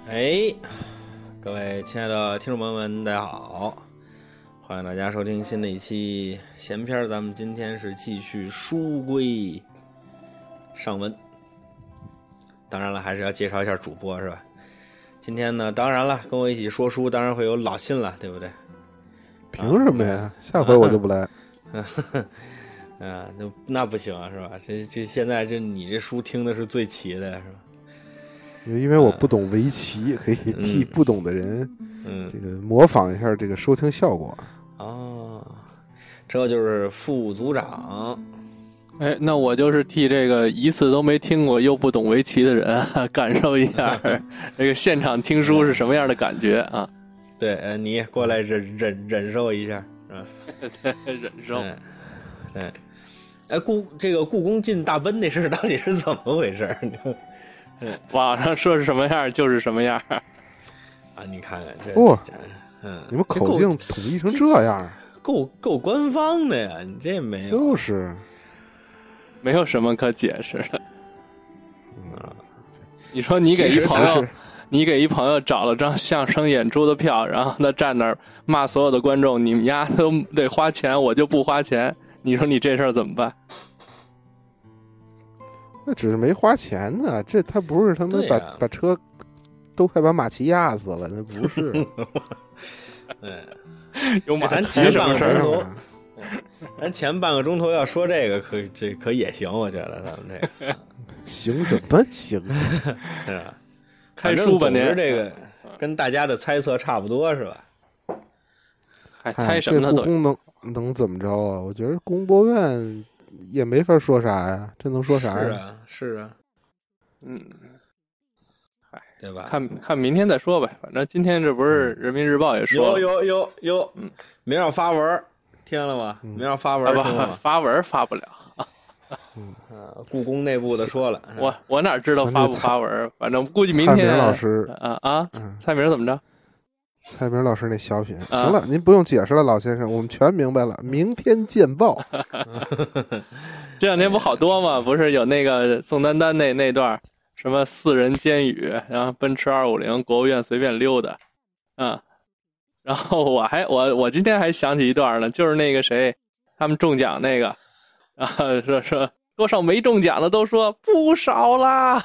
哎，各位亲爱的听众朋友们，大家好，欢迎大家收听新的一期闲篇。咱们今天是继续书归上文，当然了，还是要介绍一下主播是吧？今天呢，当然了，跟我一起说书，当然会有老辛了，对不对？ 凭什么呀？下回我就不来。 那不行啊，是吧？这现在你这书听的是最齐的，是吧？ 因为我不懂围棋，可以替不懂的人，这个模仿一下这个收听效果。 哦，这就是副组长。 哎，那我就是替这个一次都没听过又不懂围棋的人感受一下这个现场听书是什么样的感觉啊？ 对，你过来忍受一下，是吧？ 对，忍受。 对，哎，这个故宫进大奔那事到底是怎么回事？ 网上说是什么样就是什么样啊！你看看这， 你们口径统一成这样， 够官方的呀！你这没有， 就是没有什么可解释的。你说你给一朋友找了张相声演出的票，然后他站那儿骂所有的观众，你们家都得花钱，我就不花钱。你说你这事儿怎么办？ 那只是没花钱呢，这他不是他们把车都快把马奇压死了，那不是。 有马奇什么事儿？ 咱前半个钟头要说这个，可也行，我觉得咱们这个行什么行？ 是吧？ 开书吧，您这个跟大家的猜测差不多，是吧？ 还猜什么呢？ 这故宫能怎么着啊？我觉得宫博院也没法说啥呀，这能说啥呀？ 是啊，对吧？ 看明天再说呗，反正今天这不是人民日报也说了，有，明儿发文，听了吗？明儿发文， 发文发不了。 故宫内部的说了， 我哪知道发不发文？反正估计明天。 蔡明老师蔡明怎么着？ 蔡明老师那小品，行了，您不用解释了，老先生，我们全明白了。明天见报。 这两天不好多吗？不是有那个宋丹丹那段什么4人监狱，然后奔驰250，国务院随便溜达，然后我今天还想起一段呢，就是那个谁，他们中奖那个，然后说多少没中奖的都说不少啦。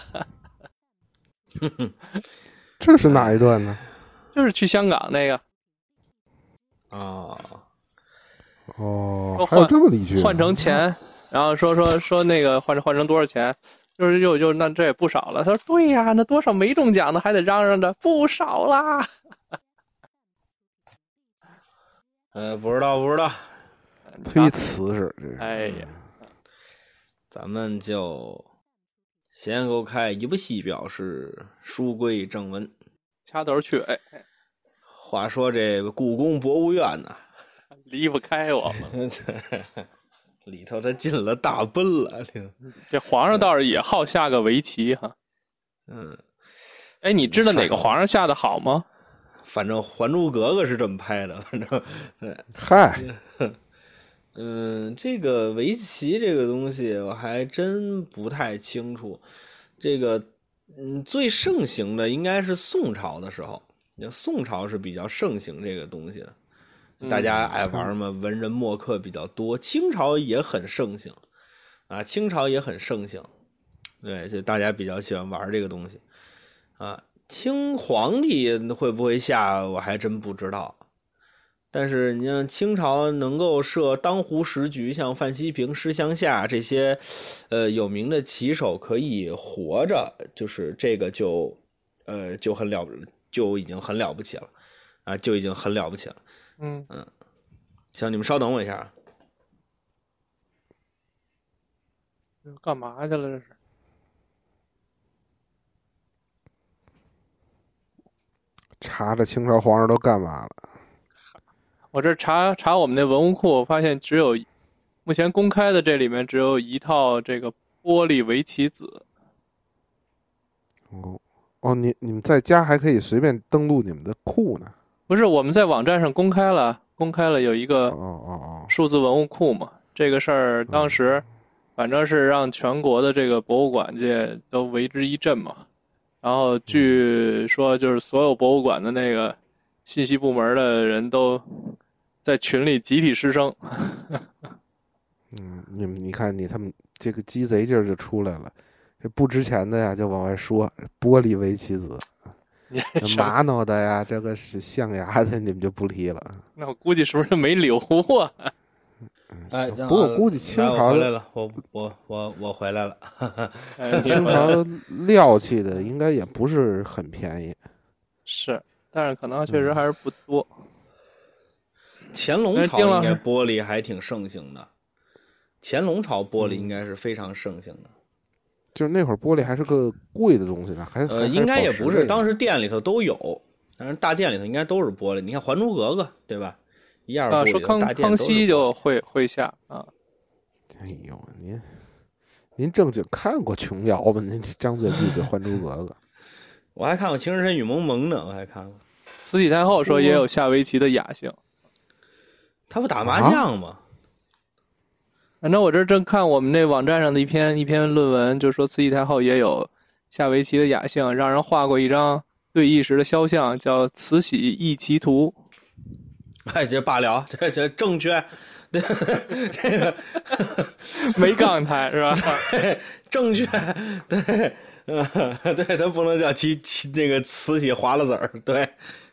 这是哪一段呢？ 就是去香港那个。 还有这么一句， 换成钱，然后说那个换成多少钱，就是那这也不少了。他说对呀，那多少没中奖的还得嚷嚷着不少啦。 不知道， 忒瓷实这。 哎呀， 咱们就先给我开一部戏，表示书归正文。 掐头去， 话说这个故宫博物院呢， 离不开我们。 里头他进了大奔了。 这皇上倒是也好下个围棋哈。你知道哪个皇上下的好吗？ 反正《还珠格格》是这么拍的，反正对。 嗨， 这个围棋这个东西我还真不太清楚。这个最盛行的应该是宋朝的时候，宋朝是比较盛行这个东西的，大家爱玩嘛，文人墨客比较多。清朝也很盛行啊，对，就大家比较喜欢玩这个东西啊。清皇帝会不会下，我还真不知道。但是你像清朝能够设当湖十局，像范希平、施湘夏这些有名的棋手可以活着，就是这个就已经很了不起了啊，就已经很了不起了。行，你们稍等我一下啊。 干嘛去了这是？ 查着清朝皇上都干嘛了？ 我这查我们那文物库，发现目前公开的这里面只有一套这个玻璃围棋子。 你们在家还可以随便登录你们的库呢？ 不是，我们在网站上公开了有一个数字文物库嘛。这个事儿当时反正是让全国的这个博物馆界都为之一振嘛。 然后据说就是所有博物馆的那个信息部门的人都在群里集体失声。 你看他们这个鸡贼劲儿就出来了，这不值钱的呀就往外说，玻璃为棋子，玛瑙的呀，这个是象牙的，你们就不理了。 那我估计是不是没留啊？ 哎， 不过我估计清朝回来了，我回来了。 清朝料器的应该也不是很便宜， 是，但是可能确实还是不多。 乾隆朝应该玻璃还挺盛行的，乾隆朝玻璃应该是非常盛行的。 就是那会儿玻璃还是个贵的东西呢， 应该也不是，当时店里头都有，但是大店里头应该都是玻璃。你看《还珠格格》对吧？一样玻璃的大店康熙就会下啊。 哎呦，您正经看过琼瑶吗？您张嘴闭嘴《还珠格格》， 我还看过《情深深雨蒙蒙》呢，我还看过。 慈禧太后说也有下围棋的雅兴， 他不打麻将吗？ 反正我这正看我们那网站上的一篇论文，就说慈禧太后也有下围棋的雅兴，让人画过一张对弈时的肖像，叫《慈禧弈棋图》。 哎，这罢了，这正确，这个没杠他是吧？ 正确，对，对，他不能叫那个慈禧划了子儿，对，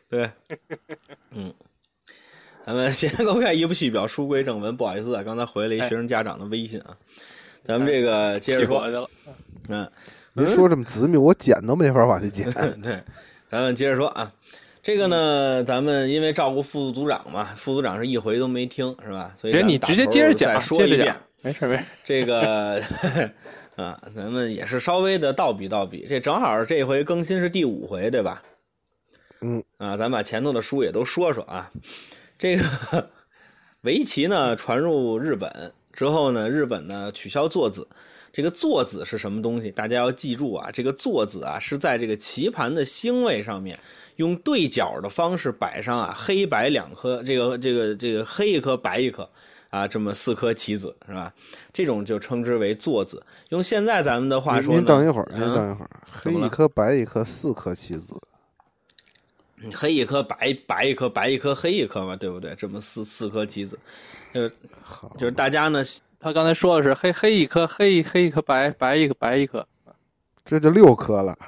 咱们先给我看一部戏表书归正文，不好意思啊，刚才回了一学生家长的微信啊，咱们这个接着说， 您说这么直密，我剪都没法往下剪。 对，咱们接着说啊。这个呢，咱们因为照顾副组长嘛，副组长是一回都没听，是吧？所以别你直接接着讲， 再说一遍， 没事。 这个啊，咱们也是稍微的倒比，这正好这回更新是第5回，对吧？咱把前头的书也都说说啊。这个围棋呢传入日本之后呢，日本呢取消坐子。这个坐子是什么东西？大家要记住啊，这个坐子啊是在这个棋盘的星位上面，用对角的方式摆上啊黑白2颗，这个黑一颗白一颗啊，这么4颗棋子是吧？这种就称之为坐子。用现在咱们的话说呢， 您等一会儿，黑一颗白一颗4颗棋子， 黑一颗白一颗，白一颗黑一颗嘛，对不对？这么四颗棋子，就是大家呢。 他刚才说的是黑一颗，黑一颗，白一颗， 这就6颗了，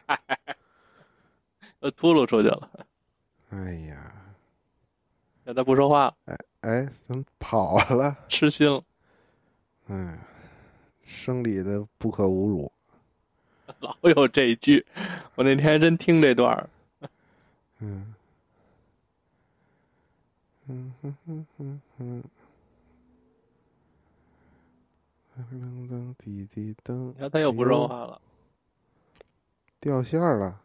秃噜出去了。 哎呀， 现在不说话了。 哎，怎么跑了？ 痴心了。 生理的不可侮辱。 老有这一句，我那天还真听这段。 滴滴噔， 你看他又不说话了， 掉线了。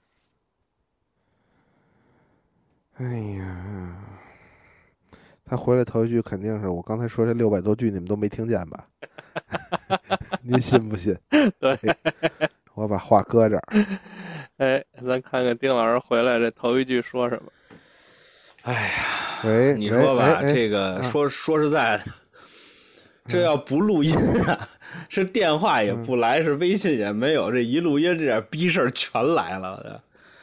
哎呀，他回来头一句肯定是我刚才说这600多句你们都没听见吧？您信不信？ 对， 我把话搁这儿。 哎，咱看看丁老师回来这头一句说什么。 哎呀， 喂， 你说吧，这个说实在的。这要不录音啊，是电话也不来，是微信也没有，这一录音这点逼事儿全来了。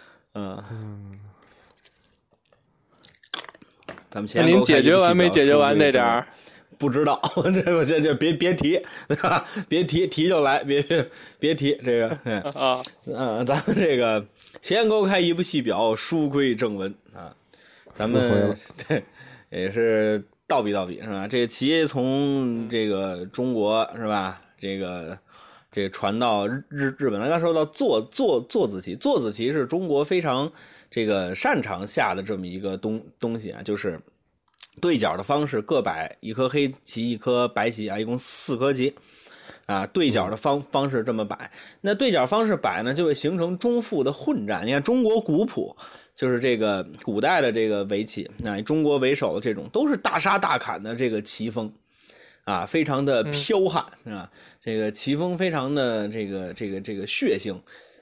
咱们先您解决完没解决完那点儿？ 不知道，这我现在就别提，对吧？别提就来，别提这个。咱们这个先给我开一部戏表，书归正文啊。咱们对也是。倒比是吧？这个棋从这个中国是吧？这个传到日本，咱刚说到坐子棋，坐子棋是中国非常这个擅长下的这么一个东西啊，就是对角的方式各摆1颗黑棋1颗白棋啊，一共4颗棋啊，对角的方式这么摆。那对角方式摆呢，就会形成中副的混战。你看中国古谱。就是这个古代的这个围棋，以中国为首的这种都是大杀大砍的这个棋风，啊，非常的剽悍啊，这个棋风非常的这个血腥，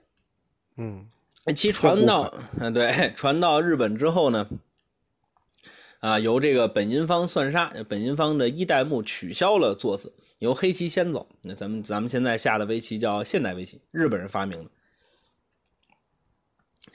其传到传到日本之后呢，由这个本因坊算杀，本因坊的1代目取消了坐子，由黑棋先走。那咱们现在下的围棋叫现代围棋，日本人发明的。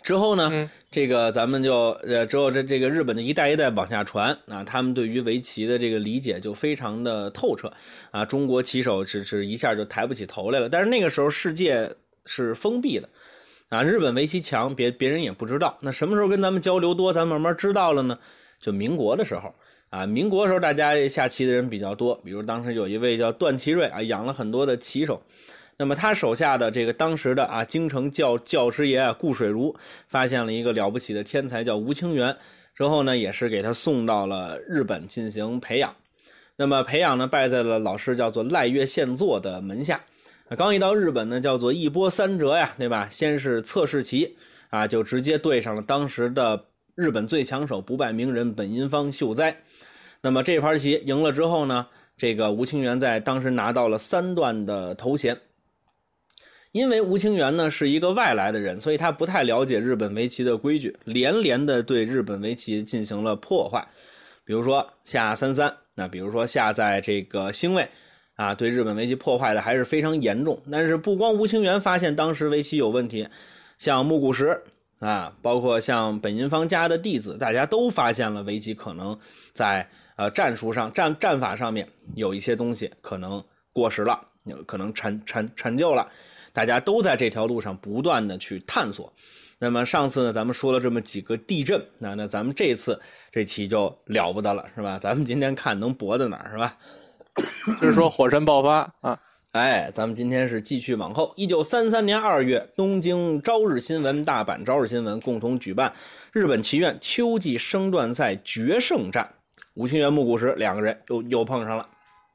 之后呢，这个咱们就之后这个日本的一代一代往下传啊，他们对于围棋的这个理解就非常的透彻啊。中国棋手是一下就抬不起头来了，但是那个时候世界是封闭的啊，日本围棋强，别人也不知道。那什么时候跟咱们交流多，咱慢慢知道了呢？就民国的时候啊，民国的时候大家下棋的人比较多，比如当时有一位叫段祺瑞啊，养了很多的棋手。那么他手下的这个当时的啊京城教师爷啊顾水如发现了一个了不起的天才叫吴清源，之后呢也是给他送到了日本进行培养。那么培养呢拜在了老师叫做赖月宪作的门下。刚一到日本呢叫做一波三折呀，对吧？先是测试棋啊，就直接对上了当时的日本最强手不败名人本因坊秀哉。那么这盘棋赢了之后呢，这个吴清源在当时拿到了3段的头衔。因为吴清源呢是一个外来的人，所以他不太了解日本围棋的规矩，连连的对日本围棋进行了破坏。比如说下3-3，那比如说下在这个星位啊，对日本围棋破坏的还是非常严重。但是不光吴清源发现当时围棋有问题，像木谷实啊，包括像本因坊家的弟子，大家都发现了围棋可能在战术上战法上面有一些东西可能过时了，可能陈旧了。大家都在这条路上不断的去探索。那么上次呢咱们说了这么几个地震，那咱们这次这期就了不得了，是吧？咱们今天看能博在哪儿，是吧？ 就是说火山爆发啊。 哎，咱们今天是继续往后。1933年2月，东京朝日新闻、大阪朝日新闻共同举办日本棋院秋季升段赛决胜战，吴清源、木谷实2个人又碰上了。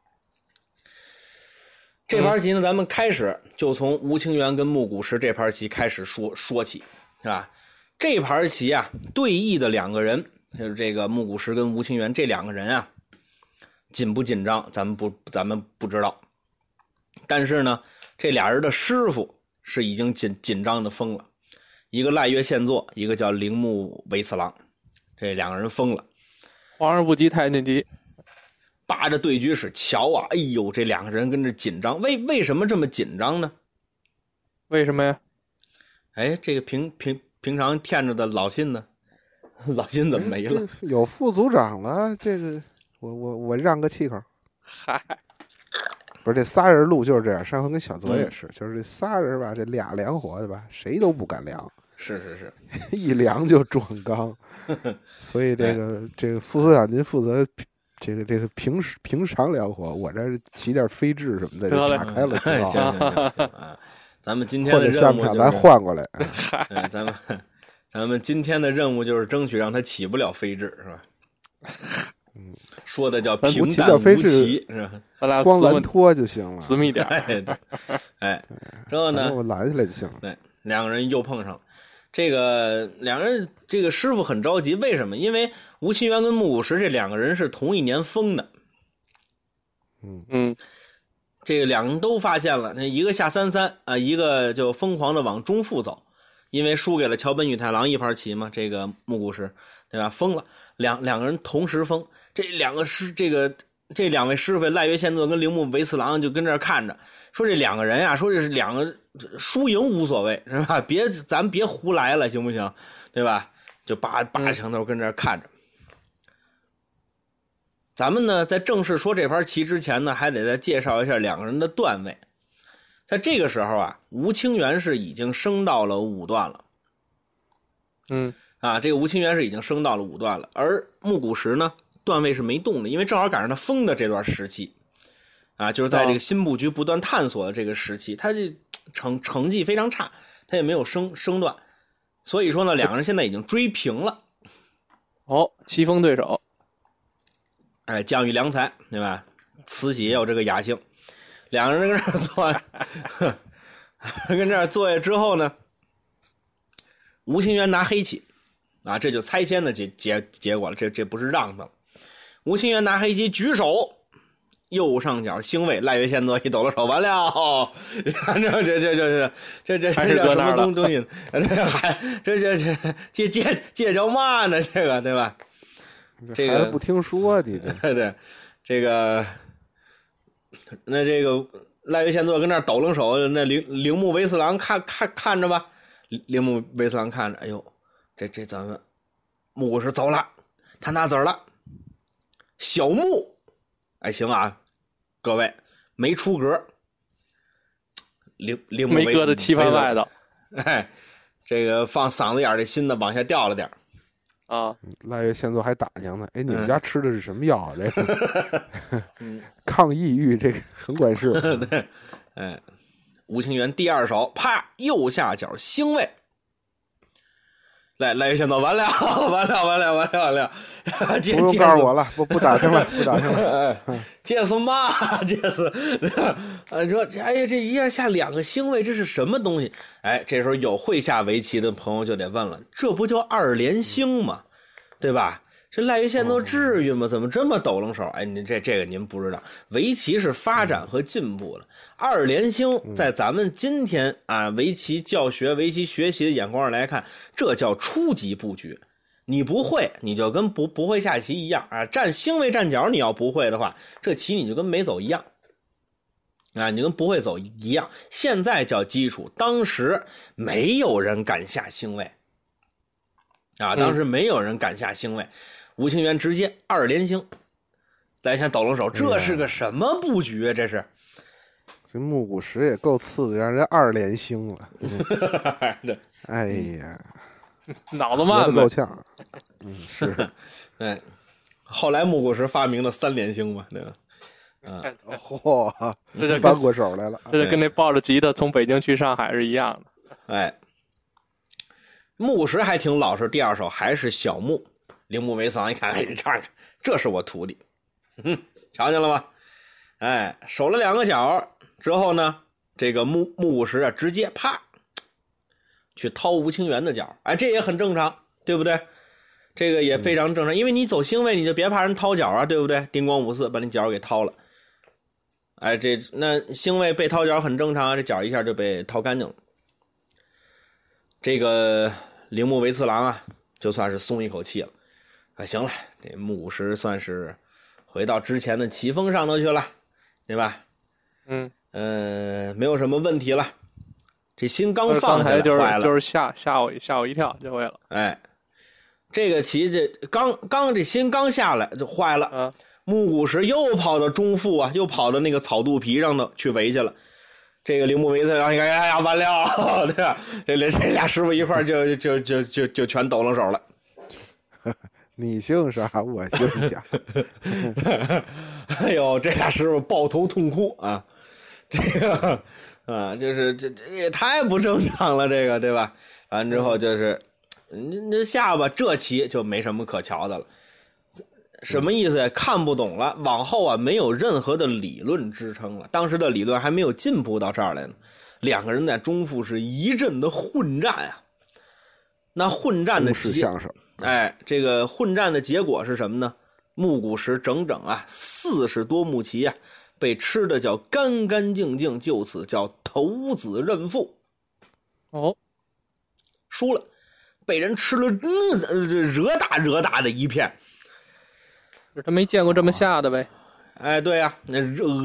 这盘棋呢，咱们开始就从吴清源跟木谷实这盘棋开始说起，是吧？这盘棋啊，对弈的2个人，就是这个木谷实跟吴清源这2个人啊，紧不紧张，咱们不知道。但是呢，这俩人的师傅是已经紧张的疯了，一个赖月宪作，一个叫铃木维次郎，这2个人疯了。 皇上不急太监急。 扒着对局室瞧啊，哎呦，这2个人跟着紧张，为什么这么紧张呢？ 为什么呀？ 哎，这个平常舔着的老辛呢？老辛怎么没了？ 有副组长了，这个我让个气口。 嗨， 不是这仨人录就是这样，上回跟小泽也是，就是这仨人吧，这俩凉火的吧，谁都不敢凉。 是， 一凉就撞缸。所以这个副组长您负责。这个平常凉火，我这起点飞智什么的就打开了。 行啊，咱们今天的任务咱换过来。 咱们今天的任务就是争取让他起不了飞智，是吧？说的叫平淡无奇，是吧？ 咱俩光蓝拖就行了， 私密点。 哎，之后呢， 我拦下来就行了。 对，2个人又碰上了。这个2个人，这个师傅很着急，为什么？因为吴清源跟木谷实这2个人是同一年封的。这个2个人都发现了，那一个下3-3啊，一个就疯狂的往中腹走，因为输给了桥本宇太郎一盘棋嘛，这个木谷实，对吧？疯了，两个人同时疯，这2位师傅赖月宪作跟铃木维次郎就跟这儿看着，说这2个人啊，说这是2个输赢无所谓，是吧？咱别胡来了，行不行？对吧？就扒着墙头跟这儿看着。咱们呢，在正式说这盘棋之前呢，还得再介绍一下2个人的段位。在这个时候啊，吴清源是已经升到了5段了。这个吴清源是已经升到了5段了，而木谷实呢，段位是没动的，因为正好赶上他封的这段时期。就是在这个新布局不断探索的这个时期，他这成绩非常差，他也没有升段，所以说呢，2个人现在已经追平了。 棋逢对手。 哎，将遇良才，对吧？慈禧也有这个雅兴。2个人跟这儿坐，跟这儿坐下之后呢，吴清源拿黑棋，这就猜先的结果了，这不是让他了。吴清源拿黑棋举手。右上角星位赖月宪作一抖了手，完了，这叫什么东西？这借叫嘛呢？这个对吧？这个不听说的， 对，这个赖月宪作跟那抖了手，那铃木维次郎看着吧， 铃木维次郎看着，哎呦，这咱们木谷实走了，他拿子儿了。小木，哎，行啊，各位没出格。铃木没搁在棋盘外头， 哎，这个放嗓子眼的心的往下掉了点啊。 赖月现在还打听呢，哎，你们家吃的是什么药啊？这个抗抑郁，这个很管事。 对，哎，吴清源第二手，啪，右下角星位。赖月先走，完了， 不用告诉我了，不打听了，不打听了。 这是嘛？这是，你说，哎呀，这一下下2个星位，这是什么东西？哎，这时候有会下围棋的朋友就得问了，这不叫2连星吗？对吧？这赖月线都至于吗？怎么这么抖楞手？哎，您这个您不知道，围棋是发展和进步的。2连星在咱们今天啊围棋教学、围棋学习的眼光上来看，这叫初级布局。你不会，你就跟不会下棋一样啊！站星位站角，你要不会的话，这棋你就跟没走一样啊！你跟不会走一样。现在叫基础，当时没有人敢下星位啊！当时没有人敢下星位。吴清源直接2连星，来先抖楞手，这是个什么布局啊？这是， 这木谷实也够次的，让人2连星了。哎呀， 脑子慢够呛。是。 哎，后来木谷实发明了3连星嘛，对吧？ 嚯，翻过手来了， 这就跟那抱着吉他从北京去上海是一样的。 哎，木谷实还挺老实，第二手还是小木。铃木维次郎一看，哎，你看看，这是我徒弟，瞧见了吗？哎，守了2个角之后呢，这个木谷实啊，直接啪去掏吴清源的角，哎，这也很正常，对不对？这个也非常正常，因为你走星位，你就别怕人掏角啊，对不对？丁光5-4把你角给掏了，哎，那星位被掏角很正常啊，这角一下就被掏干净了。这个铃木维次郎啊，就算是松一口气了。行了，这木谷实算是回到之前的棋风上头去了，对吧？没有什么问题了。这心刚放下来坏了， 就是吓我一跳就会了。 哎，这个棋这这心刚下来就坏了。木谷实又跑到中腹啊，又跑到那个草肚皮上头去围去了。这个铃木维次郎一看，哎呀，完了，对吧？这俩师傅一块就全抖楞手了。 你姓啥？我姓贾。 哎呦，这俩师傅抱头痛哭啊！这个啊，就是这也太不正常了，这个对吧？完之后就是那下吧，这棋就没什么可瞧的了。什么意思呀？看不懂了，往后啊没有任何的理论支撑了。当时的理论还没有进步到这儿来呢。2个人在中腹是一阵的混战啊。那混战的这个混战的结果是什么呢？木谷实整整啊40多目棋啊，被吃的叫干干净净，就此叫头子认负。输了，被人吃了惹大的一片。 他没见过这么下的呗。 哎，对呀，那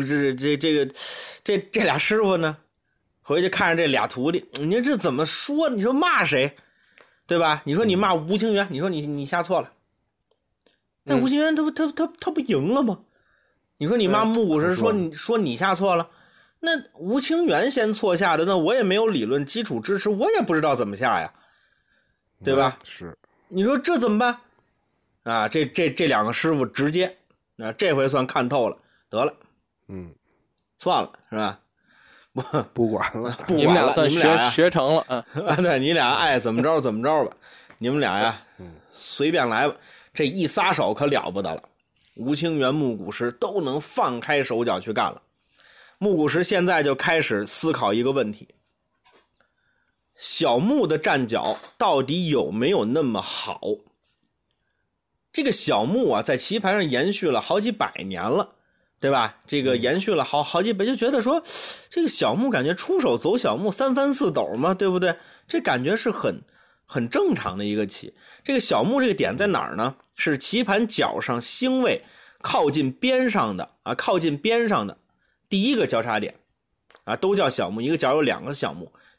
这俩师傅呢，回去看着这俩徒弟，你说这怎么说？你说骂谁？对吧？你说你骂吴清源，你说你下错了，那吴清源他不赢了吗？你说你骂木谷实，说你下错了，那吴清源先错下的，那我也没有理论基础支持，我也不知道怎么下呀，对吧？ 是， 你说这怎么办？啊，这2个师傅直接，这回算看透了，得了，算了，是吧？ 不管了， 你们俩算学成了啊！ 对，你俩爱怎么着怎么着吧，你们俩呀，随便来吧。这一撒手可了不得了，吴清源、木谷实都能放开手脚去干了。木谷实现在就开始思考一个问题：小木的站脚到底有没有那么好？这个小木啊，在棋盘上延续了好几百年了。对吧？这个延续了好几百，就觉得说这个小木感觉出手走小木3翻4抖嘛，对不对？这感觉是很正常的一个棋。这个小木这个点在哪儿呢？是棋盘角上星位靠近边上的啊，靠近边上的第一个交叉点啊，都叫小木，一个角有2个小木，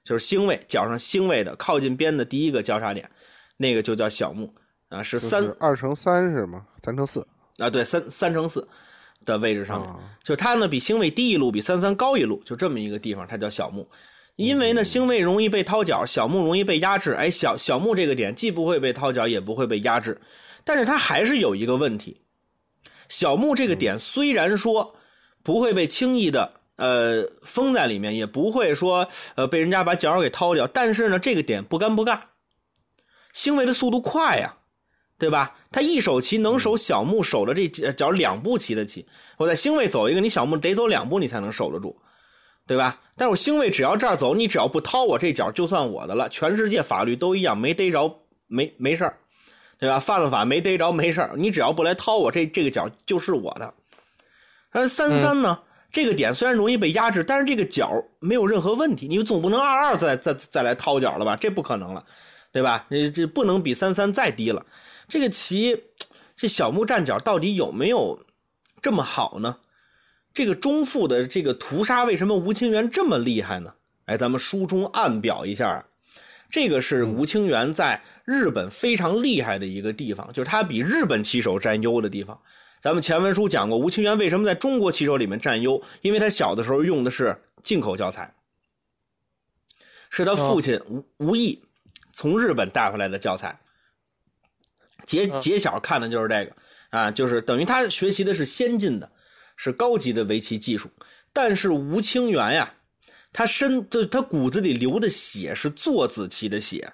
就是星位角上星位的靠近边的第一个交叉点，那个就叫小目啊，是 2×3是吗？3×4 啊，对，3×4的位置上面，就它呢比星位低一路，比33高一路，就这么一个地方，它叫小目。因为呢，星位容易被掏角，小目容易被压制。哎，小目这个点既不会被掏角，也不会被压制，但是它还是有一个问题。小目这个点虽然说不会被轻易的封在里面，也不会说被人家把角给掏掉，但是呢，这个点不干不尬，星位的速度快呀，对吧？他一手棋能守小目，守了这角2步棋的棋，我在星位走一个，你小目得走2步你才能守得住，对吧？但是我星位只要这儿走，你只要不掏我这角就算我的了，全世界法律都一样，没逮着没事儿，对吧？犯了法没逮着没事儿，你只要不来掏我这个角就是我的。但是33呢，这个点虽然容易被压制，但是这个角没有任何问题，你总不能22再来掏角了吧？这不可能了，对吧？这不能比33再低了。这个棋这小目站角到底有没有这么好呢？这个中阜的这个屠杀为什么吴清源这么厉害呢？哎，咱们书中暗表一下，这个是吴清源在日本非常厉害的一个地方，就是他比日本棋手占优的地方。咱们前文书讲过，吴清源为什么在中国棋手里面占优，因为他小的时候用的是进口教材，是他父亲吴毅从日本带回来的教材，结小看的就是这个啊，就是等于他学习的是先进的，是高级的围棋技术。但是吴清源呀，他骨子里流的血是坐子棋的血，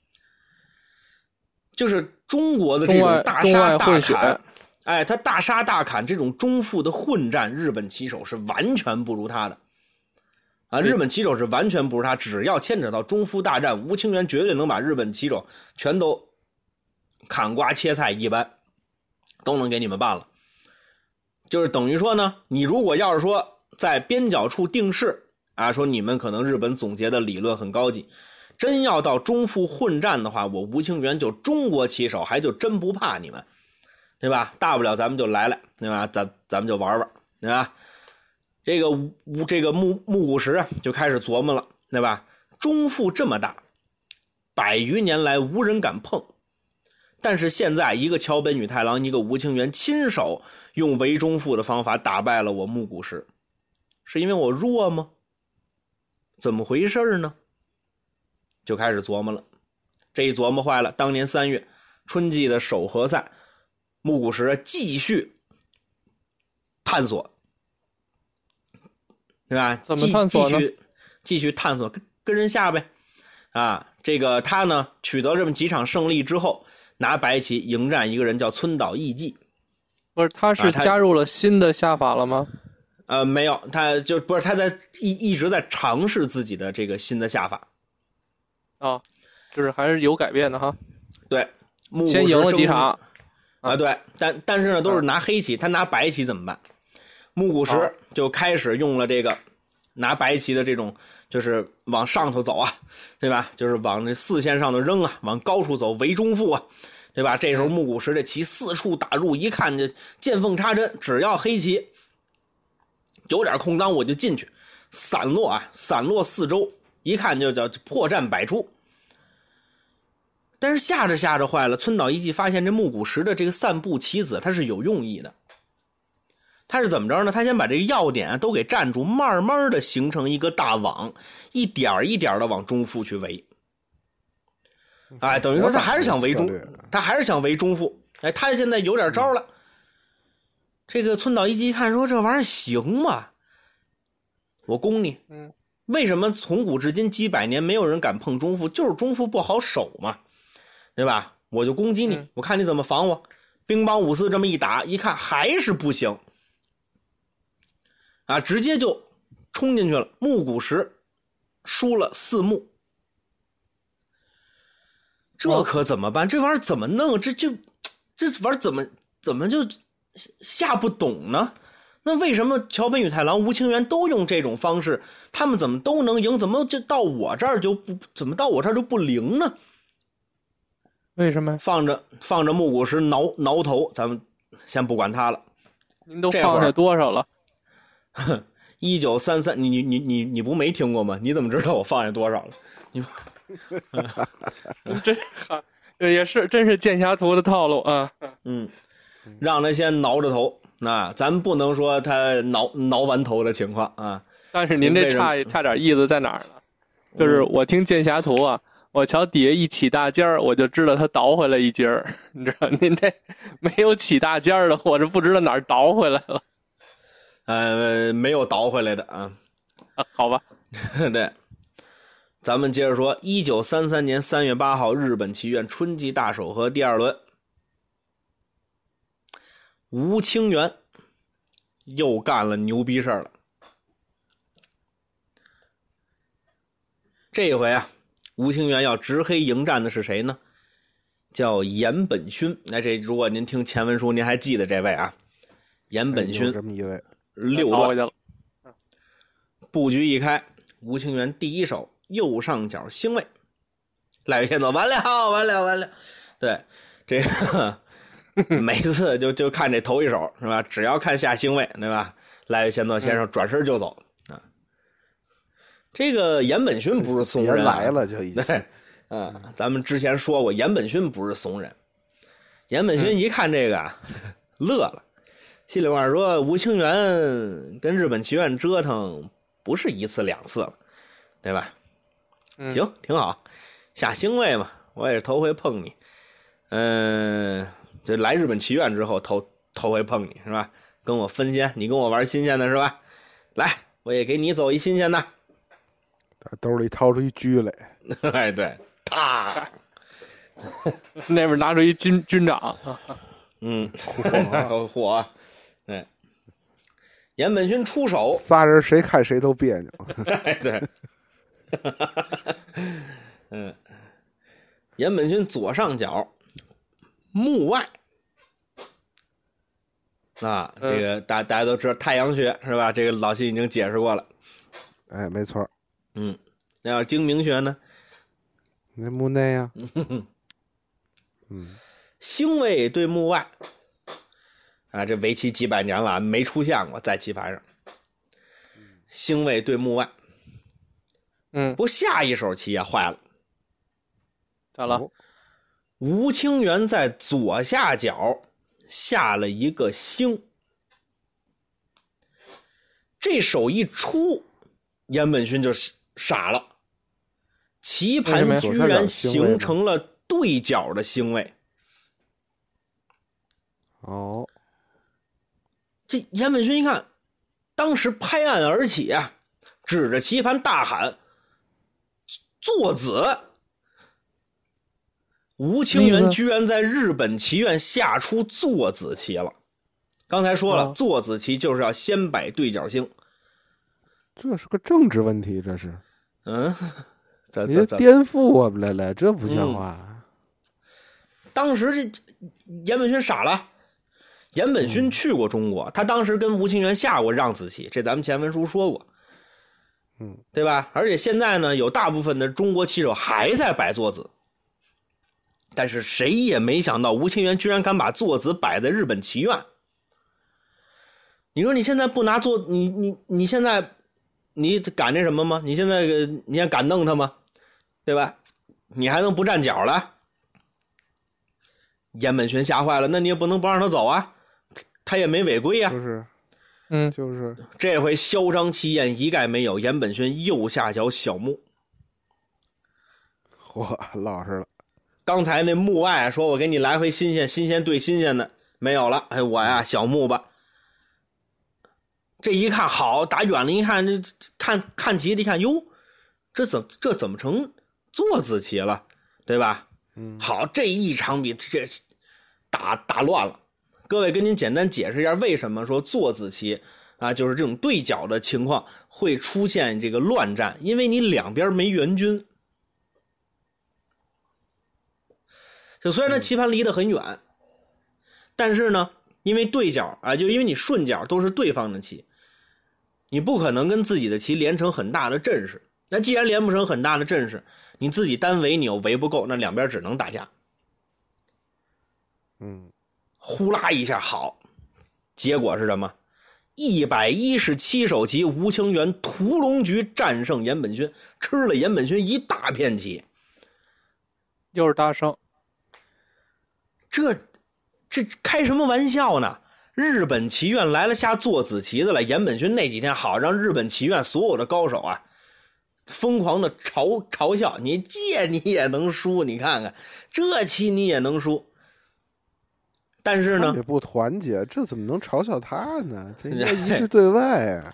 就是中国的这种大杀大砍，哎，他大杀大砍这种中阜的混战，日本棋手是完全不如他的啊！日本棋手是完全不如他，只要牵扯到中阜大战，吴清源绝对能把日本棋手全都砍瓜切菜一般，都能给你们办了。就是等于说呢，你如果要是说在边角处定势啊，说你们可能日本总结的理论很高级，真要到中阜混战的话，我吴清源就中国棋手还就真不怕你们，对吧？大不了咱们就来，对吧？咱们就玩玩，对吧？这个木谷实就开始琢磨了，对吧？中阜这么大，100余年来无人敢碰，但是现在一个桥本宇太郎，一个吴清源亲手用围中阜的方法打败了我木谷实，是因为我弱吗？怎么回事呢？就开始琢磨了。这一琢磨坏了，当年3月春季的首合赛，木谷实继续探索，对吧？ 怎么探索呢？ 继续探索，跟人下呗。啊，这个他呢取得这么几场胜利之后，拿白棋迎战一个人叫村岛义纪。 不是，他是加入了新的下法了吗？ 没有，他就不是他在一直在尝试自己的这个新的下法。 哦，就是还是有改变的哈。 对， 先赢了几场啊，对，但是呢都是拿黑棋，他拿白棋怎么办？木谷实就开始用了这个拿白棋的这种，就是往上头走啊，对吧？就是往这4线上头扔啊，往高处走，围中阜啊，对吧？这时候木谷实这棋四处打入，一看就见缝插针，只要黑棋有点空当我就进去，散落四周，一看就叫破绽百出。但是下着坏了，村岛义纪发现这木谷实的这个散步棋子它是有用意的。他是怎么着呢？他先把这个要点都给站住，慢慢的形成一个大网，一点一点的往中阜去围。哎，等于说他还是想围中阜。哎，他现在有点招了。这个村岛义纪一看说这玩意儿行吗？我攻你。为什么从古至今几百年没有人敢碰中阜？就是中阜不好守嘛，对吧？我就攻击你，我看你怎么防我。兵帮五四这么一打，一看还是不行。啊，直接就冲进去了。木谷实输了4目，这可怎么办？这玩意儿怎么弄？这玩意儿怎么就下不懂呢？那为什么桥本宇太郎、吴清源都用这种方式，他们怎么都能赢？怎么就到我这儿就不灵呢？ 为什么？ 放着木谷实挠头，咱们先不管他了。 您都放下多少了？ 1933，你不没听过吗？你怎么知道我放下多少了？你这也是真是剑侠图的套路啊。 让他先挠着头，那咱不能说他挠完头的情况啊。 但是您这差点意思在哪儿呢？就是我听剑侠图啊，我瞧底下一起大尖儿，我就知道他倒回来一截儿，你知道？您这没有起大尖儿的，我这不知道哪儿倒回来了。 没有倒回来的啊。 好吧。 对，咱们接着说，1933年3月8号，日本棋院春季大手和第2轮，吴清源又干了牛逼事儿了。这回啊，吴清源要执黑迎战的是谁呢？叫岩本勋。那这如果您听前文书，您还记得这位啊？岩本勋， 这么一位 6段。布局一开，吴清源第一手右上角星位，赖月先走，完了。对，这个每次就看这头一手是吧？只要看下星位，对吧？赖月先走先生转身就走啊。这个岩本勋不是怂人， 来了就已经。 对，咱们之前说过，岩本勋不是怂人。岩本勋一看这个乐了，心里话说：吴清源跟日本棋院折腾不是1次2次了，对吧？行，挺好，下星位嘛，我也是头回碰你。这来日本棋院之后头回碰你是吧？跟我分仙，你跟我玩新鲜的是吧？来，我也给你走一新鲜的。 兜里掏出一狙来， 哎，对，啪， 那边拿出一军长， 火，对，岩本勋出手， 仨人谁看谁都别扭， 哎，对，岩本勋左上角目外，啊，这个大家都知道太阳穴是吧？这个老辛已经解释过了， 哎，没错。 那要是精明穴呢？ 那目内呀， 星位对目外，啊，这围棋几百年了没出现过在棋盘上。星位对目外，不下一手棋啊坏了， 咋了？ 吴清源在左下角下了一个星，这手一出，岩本勋就傻了。棋盘居然形成了对角的星位。 哦， 这岩本勋一看，当时拍案而起啊，指着棋盘大喊：“坐子！”吴清源居然在日本棋院下出坐子棋了。刚才说了，坐子棋就是要先摆对角星。 这是个政治问题，这是。 你这颠覆我们来了，这不像话。 当时这岩本勋傻了。岩本勋去过中国，他当时跟吴清源下过让子棋，这咱们前文书说过，对吧？而且现在呢，有大部分的中国棋手还在摆坐子，但是谁也没想到吴清源居然敢把坐子摆在日本棋院。你说你现在不拿坐，你现在你敢那什么吗？你现在敢弄他吗？对吧？你还能不站脚了？岩本勋吓坏了，那你也不能不让他走啊，他也没违规啊。 就是，就是这回嚣张气焰一概没有。岩本勋右下角小目， 嚯，老实了。 刚才那目外说我给你来回新鲜对新鲜的没有了，哎，我呀小目吧。这一看好，打远了一看，这看棋的一看，哟，这怎么成坐子棋了，对吧？好，这一场比这打乱了。各位跟您简单解释一下，为什么说坐子棋啊，就是这种对角的情况会出现这个乱战，因为你两边没援军。就虽然它棋盘离得很远，但是呢，因为对角啊，就因为你顺角都是对方的棋，你不可能跟自己的棋连成很大的阵势。那既然连不成很大的阵势，你自己单围你又围不够，那两边只能打架。呼啦一下好，结果是什么？ 117手棋，吴清源屠龙局战胜严本勋，吃了严本勋一大片棋。 又是大胜， 这开什么玩笑呢？日本棋院来了下做子棋的了。严本勋那几天好让日本棋院所有的高手啊疯狂的嘲笑你，借你也能输，你看看这棋你也能输。但是呢， 也不团结，这怎么能嘲笑他呢？这应该一致对外啊！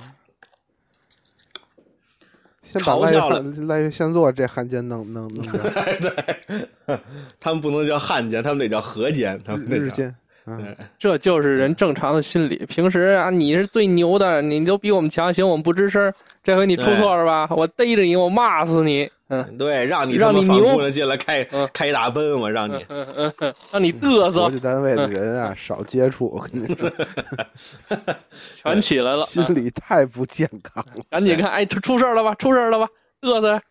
先把赖月先做这汉奸弄掉。 对，他们不能叫汉奸，他们得叫河奸，他们日奸。 这就是人正常的心理。平时啊，你是最牛的，你都比我们强，行我们不吱声。这回你出错了吧？我逮着你，我骂死你。 对，让你反姑娘进来开一大奔，我让你， 让你嘚瑟。 国际单位的人啊，少接触，我跟你说， 全起来了， 心理太不健康了。 赶紧看，哎，出事了吧？出事了吧？嘚瑟。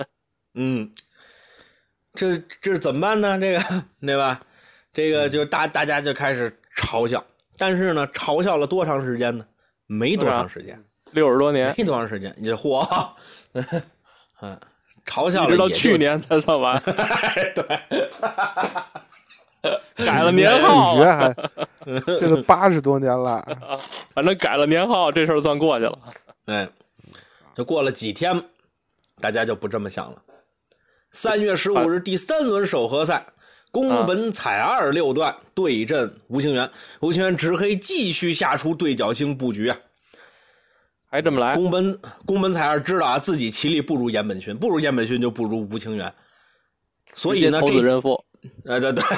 这怎么办呢？这个对吧？这个就大家就开始嘲笑，但是呢，嘲笑了多长时间呢？没多长时间 ，60多年， 没多长时间。你这嚯，嘲笑了， 直到去年才算完。 对， 改了年号， 这都80多年了。 反正改了年号，这事儿算过去了。 哎，就过了几天，大家就不这么想了。3月15日第3轮首合赛。宫本彩二6段对阵吴清源，吴清源执黑继续下出对角星布局啊， 还这么来。 宫本彩二知道啊，自己棋力不如严本勋，不如严本勋就不如吴清源，所以呢， 投子认负。 对，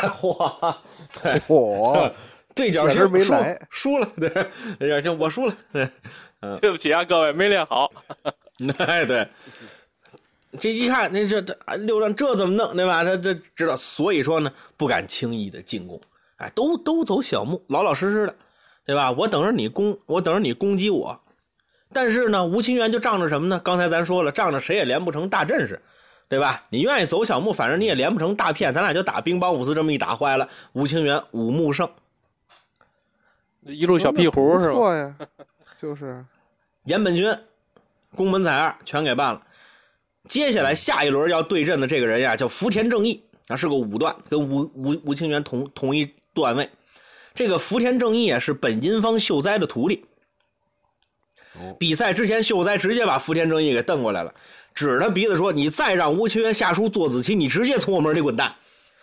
嚯，对角星没来， 输了，对，我输了， 对不起啊，各位没练好。 哎，对。这一看，那这6段这怎么弄，对吧？他这知道，所以说呢，不敢轻易的进攻，哎，都走小目，老老实实的，对吧？我等着你攻击我。但是呢，吴清源就仗着什么呢？刚才咱说了，仗着谁也连不成大阵势，对吧？你愿意走小目，反正你也连不成大片，咱俩就打兵帮五四，这么一打坏了，吴清源5目胜， 一路小屁胡是吧？ 错呀，就是严本勋、宫本彩二全给办了。接下来下一轮要对阵的这个人呀，叫福田正义，啊，是个5段，跟吴清源同一段位。这个福田正义啊，是本因坊秀哉的徒弟。比赛之前，秀哉直接把福田正义给瞪过来了，指着鼻子说：“你再让吴清源下出做子棋，你直接从我门里滚蛋。”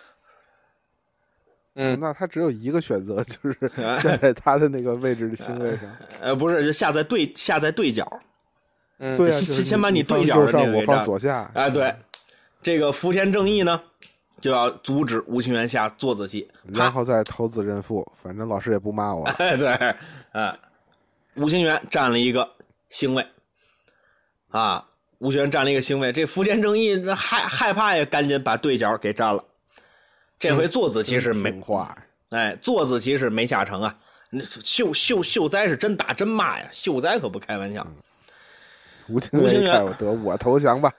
那他只有一个选择，就是下在他的那个位置的星位上。 不是，就下在对角。 对啊， 先把你对角的那个我放左下。 哎，对，这个福田正义呢，就要阻止吴清源下做子棋， 然后再投子认负，反正老师也不骂我。 哎，对，吴清源占了一个星位，啊，吴清源占了一个星位，这福田正义害怕也赶紧把对角给占了。这回做子棋是没话， 哎，做子棋是没下成啊。秀哉是真打真骂呀，秀哉可不开玩笑。 吴清源得我投降吧。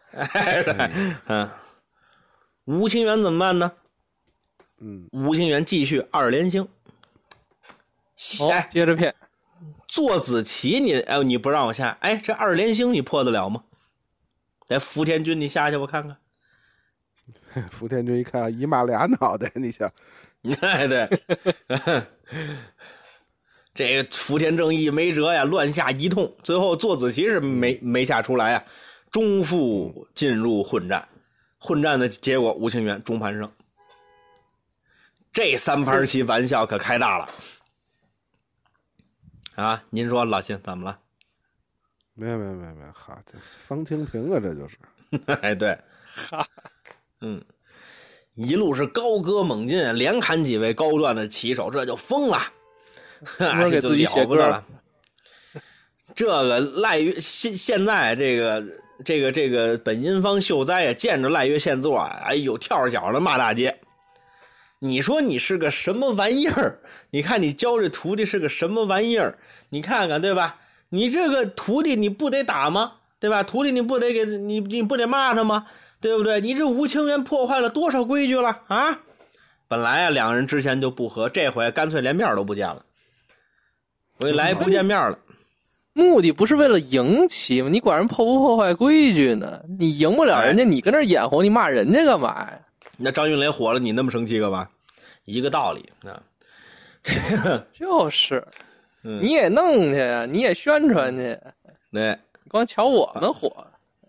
吴清源怎么办呢？吴清源继续2连星。 哎，接着骗。 做子棋你不让我下，哎，这2连星你破得了吗？来，福田君你下去我看看。 福田君一看一马俩脑袋，你想？ 哎，对。这个福田正义没辙呀，乱下一通，最后做子棋是没下出来啊，中负进入混战，混战的结果吴清源中盘胜，这3盘棋玩笑可开大了啊！您说老秦怎么了？ 没有，哈，这方清平啊，这就是， 哎，对，一路是高歌猛进，连砍几位高段的棋手，这就疯了。 给自己写歌了。这个赖月现在这个本因坊秀哉啊，见着赖月现作啊，哎呦跳着脚的骂大街。你说你是个什么玩意儿？你看你教这徒弟是个什么玩意儿？你看看对吧？你这个徒弟你不得打吗？对吧？徒弟你不得给你不得骂他吗？对不对？你这吴清源破坏了多少规矩了啊？本来啊2个人之前就不和，这回干脆连面都不见了。我一来不见面了， 目的不是为了赢棋吗？你管人破不破坏规矩呢？你赢不了人家，你跟那眼红，你骂人家干嘛呀？ 那张云雷火了，你那么生气干嘛？一个道理啊。这个就是，你也弄去呀，你也宣传去。 对， 光瞧我们火。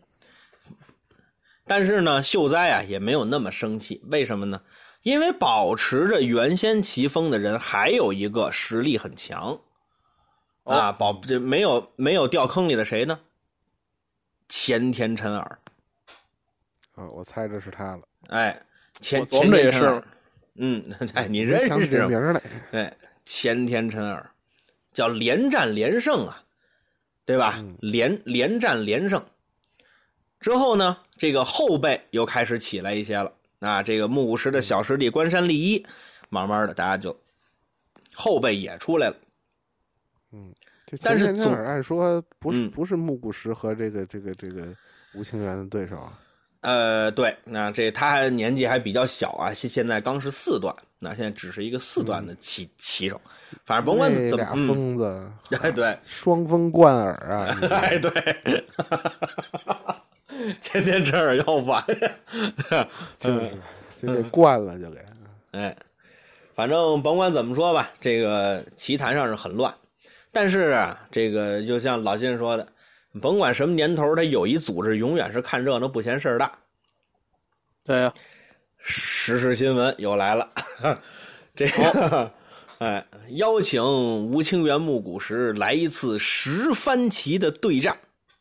但是呢，秀哉啊也没有那么生气，为什么呢？因为保持着原先棋风的人还有一个实力很强啊，这没有掉坑里的谁呢？前田辰尔。 我猜这是他了。 哎，前田辰尔。 哎，你认识这名来？ 对，前田辰尔叫连战连胜啊，对吧？连战连胜之后呢，这个后辈又开始起来一些了。啊，这个木谷实的小师弟关山利一，慢慢的大家就后辈也出来了。 但是按说不是木谷实和这个吴清源的对手啊。 对，那他年纪还比较小啊，现在刚是4段，那现在只是一个4段的棋手，反正甭管怎么俩疯子， 对， 双峰贯耳啊， 哎对。前田辰尔要完， 就是先给灌了就给。 哎，反正甭管怎么说吧，这个棋坛上是很乱，但是啊，这个就像老金说的，甭管什么年头，他有一组织永远是看热闹不嫌事儿大。 对呀， 时事新闻又来了，这个哎，邀请吴清源、木谷实来一次10番棋的对战。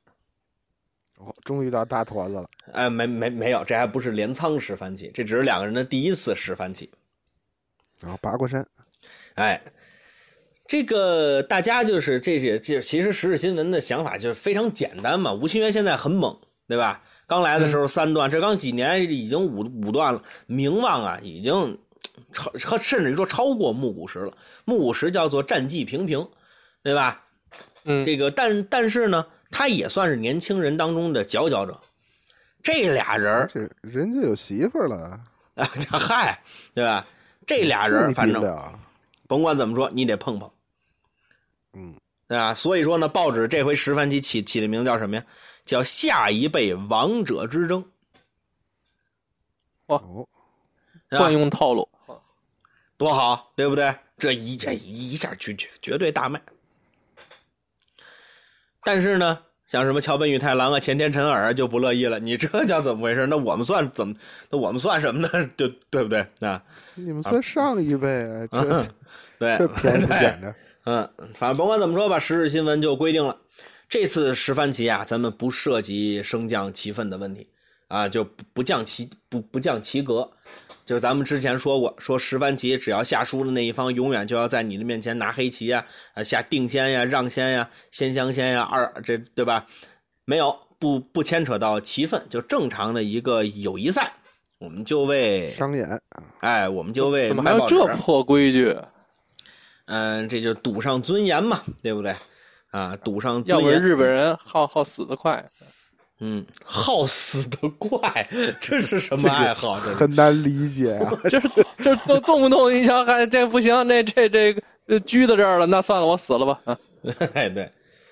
终于到大坨子了。 没有，这还不是镰仓10番棋，这只是2个人的第一次10番棋。 然后八卦山。 哎，这个大家就是这其实时事新闻的想法就是非常简单嘛。吴清源现在很猛，对吧？刚来的时候3段，这刚几年已经5段了，名望啊已经甚至于说超过木谷实了。木谷实叫做战绩平平，对吧？这个但是呢，他也算是年轻人当中的佼佼者。这俩人人家有媳妇了啊，嗨，对吧？这俩人反正甭管怎么说，你得碰碰，对吧？所以说呢，报纸这回10番棋起的名字叫什么呀？叫下一辈王者之争。 哇，惯用套路， 多好，对不对？这一下绝对大卖。但是呢，像什么桥本宇太郎啊、前田辰尔就不乐意了，你这叫怎么回事？那我们算怎么？那我们算什么呢？对不对？啊， 你们算上一辈啊， 对， 这便宜不捡着。 反正甭管怎么说吧，时事新闻就规定了，这次10番棋啊，咱们不涉及升降棋分的问题啊，就不降棋格。就是咱们之前说过，说10番棋只要下输的那一方，永远就要在你的面前拿黑棋啊，下定先呀、让先呀、先香先呀、这对吧？没有，不牵扯到棋分，就正常的一个友谊赛，我们就为商演， 哎，我们就为怎么还有这破规矩？ 这就赌上尊严嘛，对不对？啊，赌上尊严。 要不然日本人好死得快。 好死得快，这是什么爱好？这很难理解啊！ 这都动不动一瞧，还这不行，这拘在这儿了，那算了，我死了吧。 哎，对，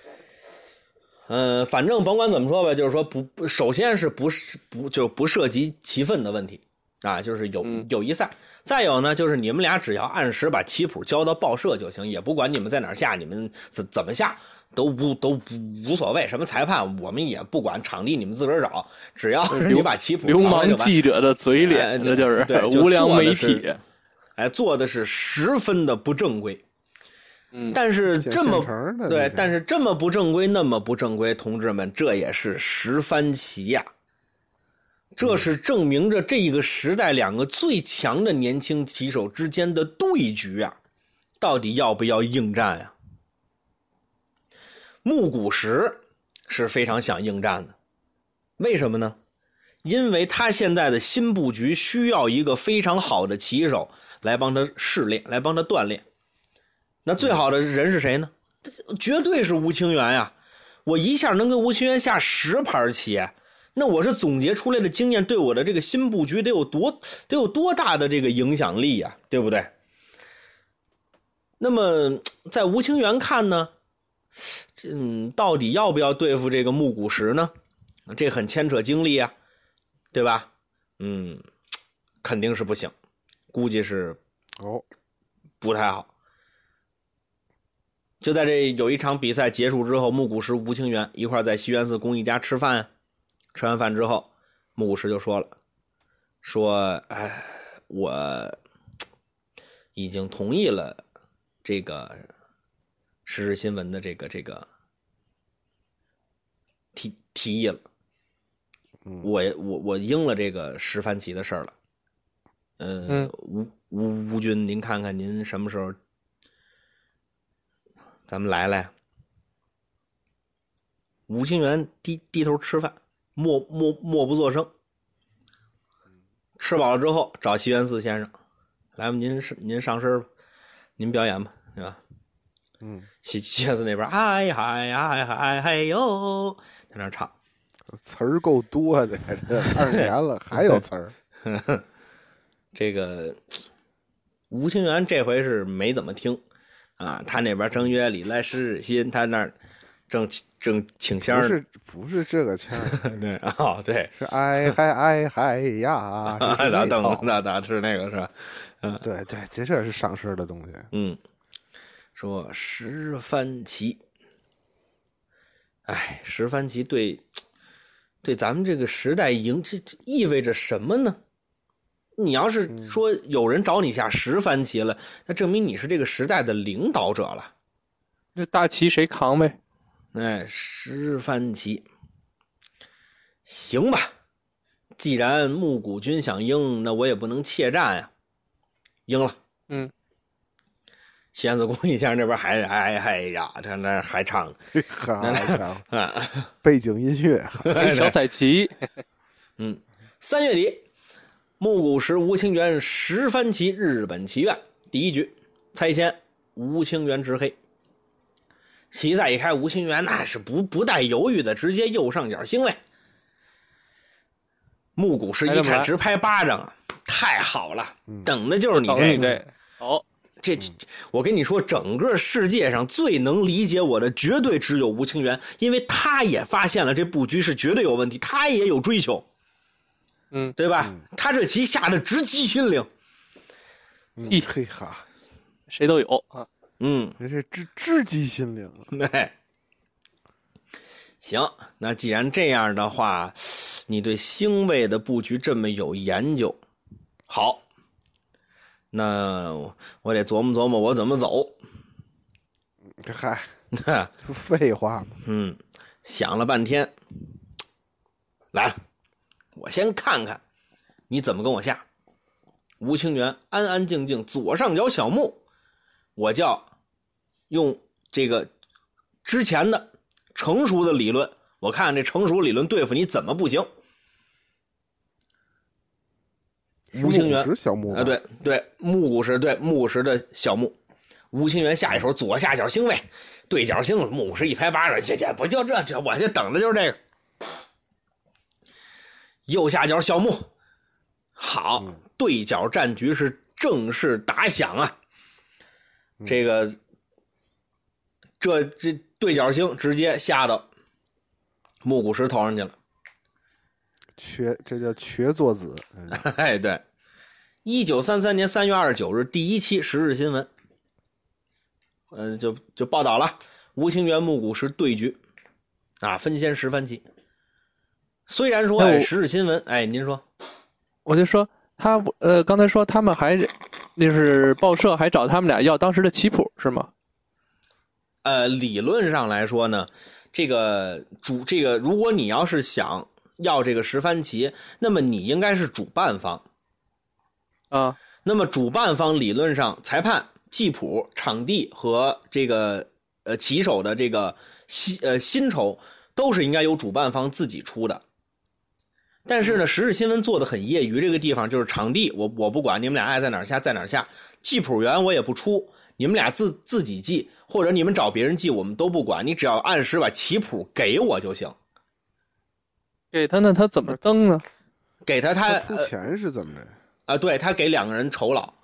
反正甭管怎么说吧，就是说首先是不涉及棋分的问题啊，就是友谊赛。再有呢，就是你们俩只要按时把棋谱交到报社就行，也不管你们在哪儿下，你们怎么下。都无所谓，什么裁判我们也不管，场地你们自个儿找，只要是你把棋谱流氓记者的嘴脸，这就是无良媒体。 做的是10分的不正规。但是这么对，但是这么不正规，那么不正规，同志们，这也是10番棋呀。这是证明着这个时代2个最强的年轻棋手之间的对局啊，到底要不要应战呀？木谷实是非常想应战的，为什么呢？因为他现在的新布局需要一个非常好的棋手来帮他试炼，来帮他锻炼。那最好的人是谁呢？绝对是吴清源呀！我一下能跟吴清源下10盘棋，那我是总结出来的经验，对我的这个新布局得有多大的这个影响力呀，对不对？那么在吴清源看呢， 到底要不要对付这个木谷实呢？这很牵扯精力啊，对吧？肯定是不行，估计是不太好。就在这有一场比赛结束之后，木谷实、吴清源一块在西园寺公益家吃饭，吃完饭之后，木谷实就说了，说我已经同意了这个时事新闻的这个提议了，我应了这个石番旗的事儿了。吴军，您看看您什么时候咱们来。吴清源低头吃饭，默不作声。吃饱了之后，找西园寺先生，来吧，您上身吧，您表演吧，对吧？西园寺那边，嗨嗨嗨嗨嗨哟，在那唱， 词儿够多的，这2年了还有词儿。 这个吴清源这回是没怎么听啊，他那边正月里来是新，他那儿正请仙儿， 不是这个腔对对， 是哎嗨呀， 那是那个是吧？ 对，这是上身的东西。 说石番旗，石番旗对咱们这个时代这意味着什么呢？你要是说有人找你下石番旗了，那证明你是这个时代的领导者了。 这大旗谁扛呗？ 石番旗，行吧。既然木谷军想赢，那我也不能怯战呀。赢了。西园寺公益家那边还呀，他那还唱， 背景音乐， 小彩旗。 3月底，木谷实、吴清源石番旗日本棋院第一局，猜先吴清源执黑。棋赛一开，吴清源那是不带犹豫的，直接右上角星位。木谷实一看直拍巴掌啊，太好了，等的就是你这个。我跟你说，整个世界上最能理解我的绝对只有吴清源，因为他也发现了这布局是绝对有问题，他也有追求，对吧？他这棋下的直击心灵， 嘿哈， 谁都有啊， 这是直击心灵。 对，行，那既然这样的话，你对星位的布局这么有研究，好。那我得琢磨琢磨我怎么走。 嗨，废话嘛。想了半天，来了，我先看看你怎么跟我下。吴清源安安静静左上角小目，我叫用这个之前的成熟的理论，我看这成熟理论对付你怎么不行。吴清源小目对，木谷实的小目。吴清源下一手左下角星位，对角星，木谷实一拍巴掌，姐不就这，我就等的就是这个。右下角小目，好，对角战局是正式打响啊！这对角星直接下到木谷实头上去了。 这叫瘸作子。 对，1933年3月29日第一期时事新闻，就报道了吴清源木谷实对局啊，分先石番旗。虽然说时事新闻，您说， 我就说他刚才说他们还就是报社还找他们俩要当时的棋谱是吗？ 理论上来说呢，这个如果你要是想要这个石番旗，那么你应该是主办方啊。 那么主办方理论上，裁判、记谱、场地和这个棋手的这个薪酬都是应该由主办方自己出的。但是呢，时事新闻做的很业余，这个地方就是场地我不管，你们俩爱在哪儿下在哪儿下，记谱员我也不出，你们俩自己记，或者你们找别人记，我们都不管，你只要按时把棋谱给我就行。 给他呢，他怎么登呢？ 给他出钱是怎么着？ 对，他给2个人酬劳，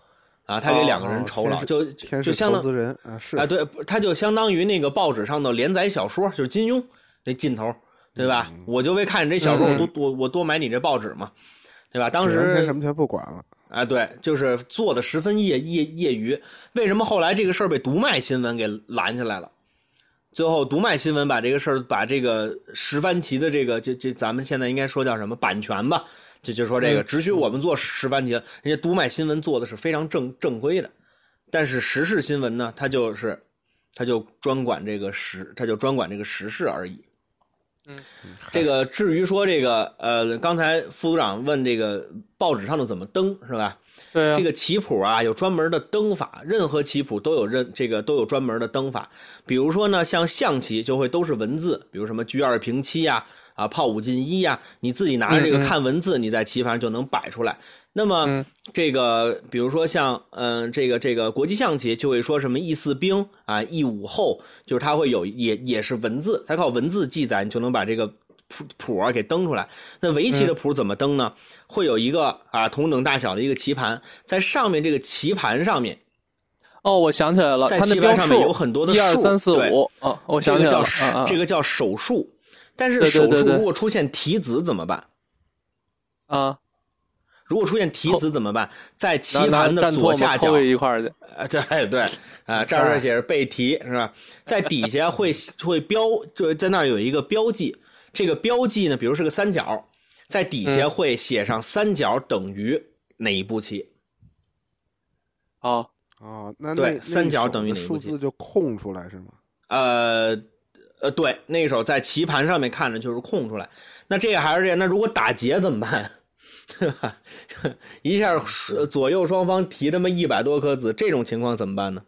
啊，他给2个人酬劳，就相当投资人啊，是啊，对，他就相当于那个报纸上的连载小说，就是金庸那劲头，对吧？我就为看你这小说，我多买你这报纸嘛，对吧？当时什么全不管了啊，对，就是做的十分业余。为什么后来这个事儿被读卖新闻给拦下来了？最后读卖新闻把这个事儿，把这个石番旗的这个这咱们现在应该说叫什么版权吧？就说这个只许我们做石番旗，人家读卖新闻做的是非常正规的，但是时事新闻呢，他就专管这个时事而已。这个至于说这个刚才副组长问这个报纸上的怎么登是吧？ 对啊， 这个棋谱啊有专门的登法，任何棋谱都有专门的登法。比如说呢，像象棋就会都是文字，比如什么车2平7呀，炮5进1呀，你自己拿着这个看文字，你在棋盘上就能摆出来。那么这个比如说像这个国际象棋就会说什么E4兵啊，E5后，就是它会有也是文字，它靠文字记载，你就能把这个谱啊给登出来。那围棋的谱怎么登呢？会有一个同等大小的一个棋盘，在上面这个棋盘上面， 哦，我想起来了， 在棋盘上面有很多的数 ，1、2、3、4、5，哦，我想起来了， 这个叫手数。但是手数如果出现提子怎么办？ 啊， 如果出现提子怎么办？在棋盘的左下角一块的， 对啊，这儿写着被提是吧？在底下会标，就在那儿有一个标记。这个标记呢，比如是个三角，在底下会写上三角等于哪一步棋？ 哦，那对，三角等于哪一步棋？ 数字就空出来是吗？ 对，那一手在棋盘上面看着就是空出来。那这个还是这样，那如果打劫怎么办？对吧？一下左右双方提他妈100多颗子，这种情况怎么办呢？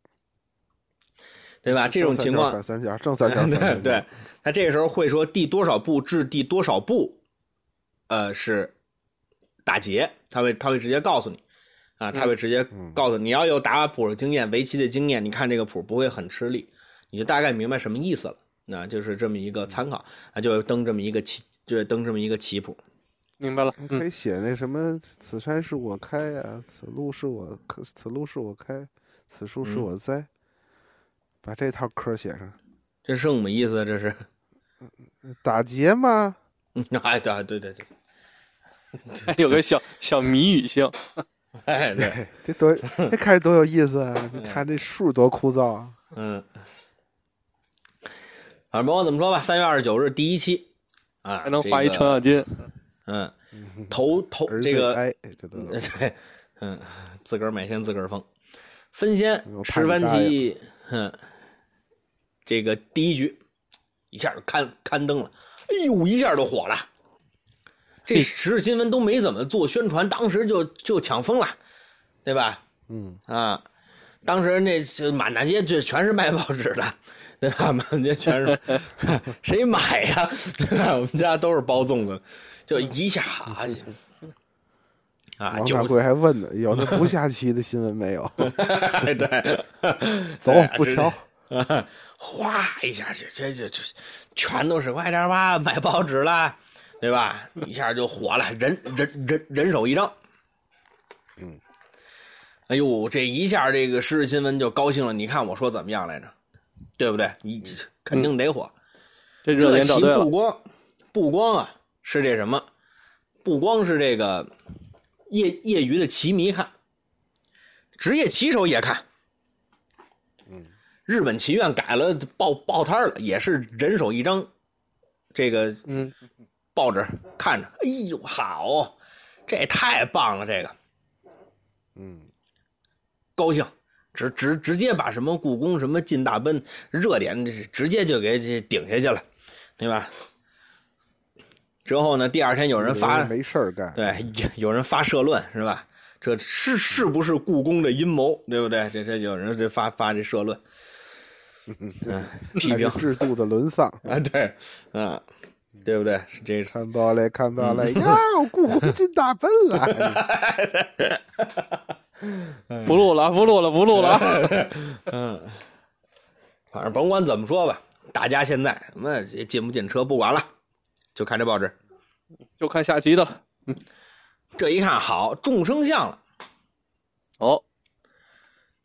对吧？这种情况反三角正三角对，他这个时候会说第多少步至第多少步，是打劫，他会直接告诉你啊，他会直接告诉你，你要有打谱的经验、围棋的经验，你看这个谱不会很吃力，你就大概明白什么意思了。那就是这么一个参考啊，就登这么一个棋谱。 明白了， 可以写那什么“此山是我开呀，此路是我开，此树是我栽”，把这套嗑写上。 这是什么意思啊？这是打劫吗？ 哎，对， 有个小谜语性。 哎，对， 这看着多有意思啊！你看这数多枯燥啊！ 反正甭管怎么说吧，3月29日第一期啊， 还能画一程咬金。 头这个对， 自个儿买先自个儿封。分先石番旗，这个第一局一下就刊登了，哎呦，一下就火了。这时事新闻都没怎么做宣传，当时就抢疯了，对吧？当时那满大街这全是卖报纸的，对吧？满街全是，谁买呀？我们家都是包粽子，就一下王掌柜还问呢，有那不下棋的新闻没有？ 对， 走不瞧， 哗一下，这全都是快点吧，买报纸啦，对吧？一下就火了，人手一张。哎呦，这一下这个时事新闻就高兴了。你看我说怎么样来着？对不对？你肯定得火。 这热点找对了。 不光啊，是这什么？不光是这个业余的棋迷看，职业棋手也看。日本棋院改了报摊了，也是人手一张这个报纸，看着，哎呦，好，这太棒了，这个，高兴，直接把什么故宫什么进大奔热点直接就给顶下去了，对吧？之后呢，第二天有人发没事儿干， 对，有人发社论是吧？这是不是故宫的阴谋，对不对？这有人这发这社论，批评制度的沦丧啊，对，对不对？是这看报来呀，故宫进大奔了。 不录了。 反正甭管怎么说吧，大家现在什么进不进车不管了，就看这报纸， 就看下棋的了。 这一看好，中生相了。 哦，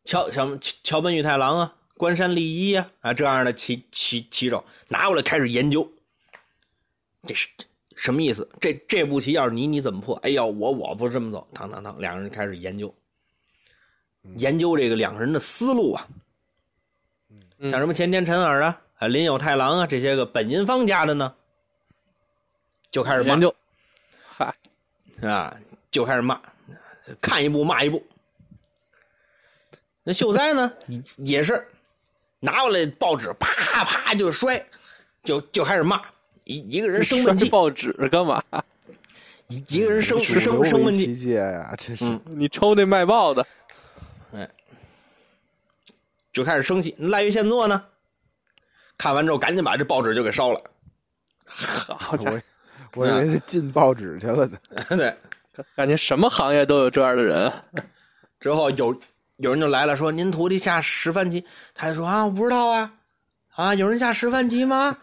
桥本宇太郎啊，关山利一啊这样的棋手拿过来开始研究，这是什么意思？这步棋要是你怎么破？哎呦，我不是这么走，唐，两个人开始研究这个两个人的思路啊，像什么前田辰耳啊、林有太郎啊这些个本因坊家的呢，就开始研究，嗨啊，就开始骂，看一步骂一步。那秀哉呢，也是拿过来报纸，啪啪就摔，就开始骂，一个人生闷气。 报纸干嘛？ 一个人生闷气呀，真是、 你抽那卖报的， 哎，就开始生气。赖月宪作呢，看完之后赶紧把这报纸就给烧了。 好家伙， 我以为他进报纸去了呢。 对， 感觉什么行业都有这样的人。 之后有人就来了，说您徒弟下10番棋，他就说我不知道啊，有人下10番棋吗？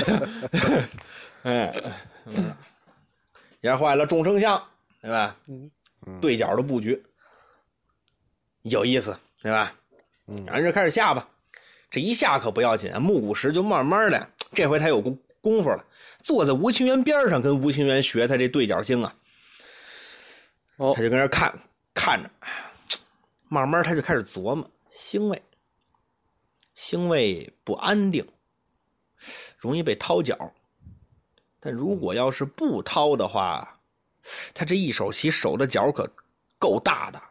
也坏了众生相，对吧？对角的布局有意思，对吧？然后就开始下吧，这一下可不要紧，木谷实就慢慢的，这回他有功夫了，坐在吴清源边上，跟吴清源学他这对角星啊。他就跟那看着。慢慢他就开始琢磨星位不安定，容易被掏脚，但如果要是不掏的话，他这一手棋手的角可够大的。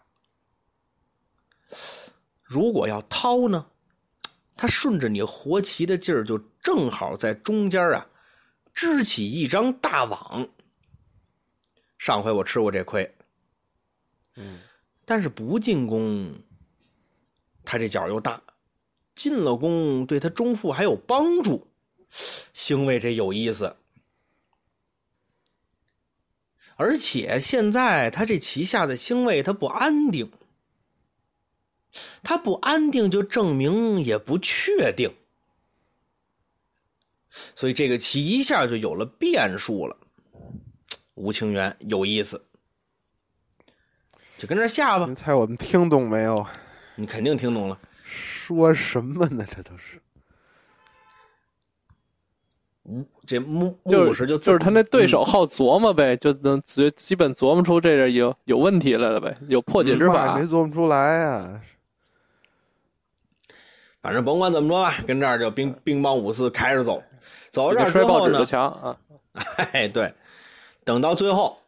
如果要掏呢，他顺着你活棋的劲儿，就正好在中间支起一张大网。上回我吃过这亏，但是不进攻，他这角又大，进了攻对他中腹还有帮助，星位这有意思。而且现在他这棋下的星位他不安定，他不安定就证明也不确定，所以这个棋一下就有了变数了。吴清源有意思，就跟这下吧。 您猜我们听懂没有？ 你肯定听懂了。 说什么呢？这都是。 这木石就是他那对手好琢磨呗，就能基本琢磨出这有问题来了呗，有破解之法。 没琢磨出来啊。 反正甭管怎么说吧，跟这儿就兵帮五四开始走到这儿之后呢，哎，对，等到最后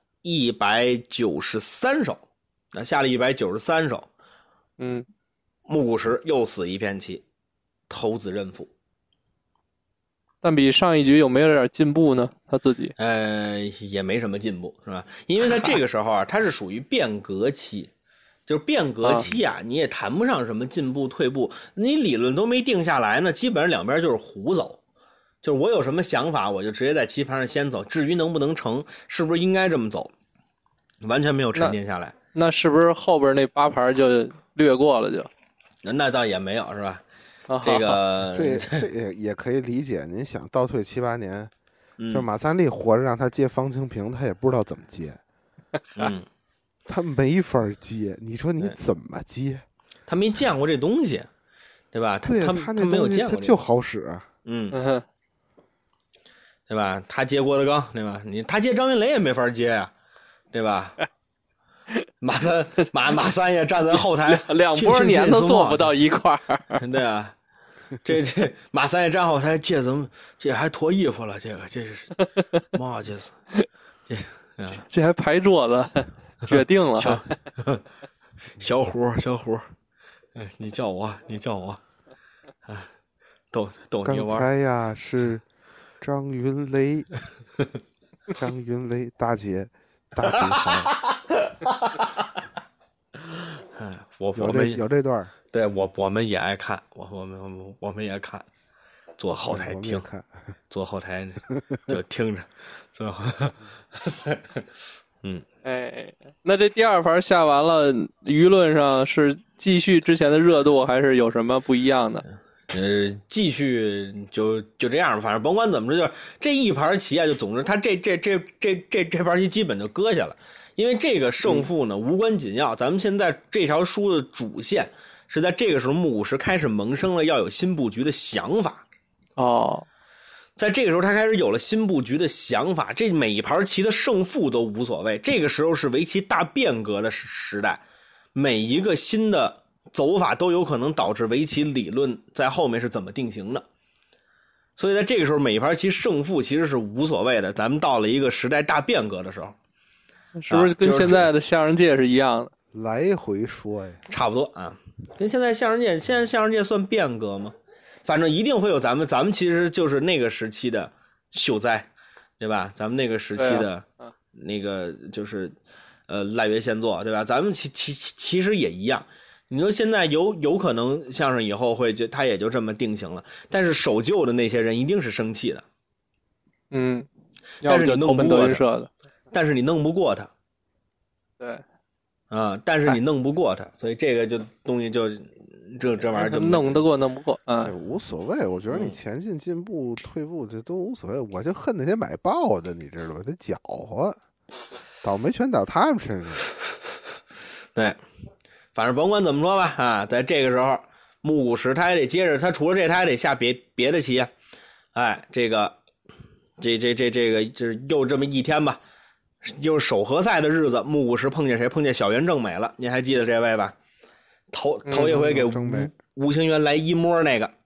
193手，那下了193手，木谷实又死一片棋，投子认负。 但比上一局有没有点进步呢？他自己也没什么进步，是吧？因为他这个时候他是属于变革期，就是变革期你也谈不上什么进步退步，你理论都没定下来呢，基本上两边就是胡走。就是我有什么想法，我就直接在棋盘上先走，至于能不能成，是不是应该这么走，完全没有沉淀下来。 那是不是后边那8盘就略过了就？ 那倒也没有，是吧？这个这也可以理解。您想倒退7、8年，就是马三立活着让他接方清平，他也不知道怎么接，他没法接。你说你怎么接？ 他没见过这东西，对吧？他没有见过， 他就好使。 对吧？他接郭德纲，对吧？他接张云雷也没法接呀，对吧？马三也站在后台， 两拨年都做不到一块儿。 对啊，这马三也站后台，这怎么这还脱衣服了？这是嘛？这是这还排桌子，决定了。 小虎，你叫我，逗你玩。 刚才呀是张云雷，大姐好。 我们有这段， 对我们也爱看，我们也看，坐后台听，坐后台就听着，坐后。 那这第2盘下完了，舆论上是继续之前的热度，还是有什么不一样的？ 继续就这样，反正甭管怎么着，就是这一盘棋就总之他这盘棋基本就搁下了，因为这个胜负呢无关紧要。咱们现在这条书的主线是在这个时候木谷实开始萌生了要有新布局的想法。在这个时候他开始有了新布局的想法，这每一盘棋的胜负都无所谓。这个时候是围棋大变革的时代，每一个新的走法都有可能导致围棋理论在后面是怎么定型的。所以在这个时候每一盘棋胜负其实是无所谓的，咱们到了一个时代大变革的时候。 是不是跟现在的相声界是一样的？ 来回说呀， 差不多啊，跟现在相声界，现在相声界算变革吗？反正一定会有咱们其实就是那个时期的秀哉，对吧？咱们那个时期的那个就是赖约先作，对吧？咱们其实也一样。你说现在有可能相声以后会他也就这么定型了，但是守旧的那些人一定是生气的。但是你弄不过他，但是你弄不过他。 对。 但是你弄不过他，所以这个就东西就。这玩意儿就弄得过弄不过这无所谓。我觉得你前进进步退步这都无所谓，我就恨那些买报的，你知道吧？他搅和，倒霉全倒他们身上。 对，反正甭管怎么说吧在这个时候木谷实他也得接着，他除了这他还得下别的棋。这个就是又这么一天吧，又是首合赛的日子，木谷实碰见谁？碰见小原正美了，您还记得这位吧？头一回给吴清源来一摸那个，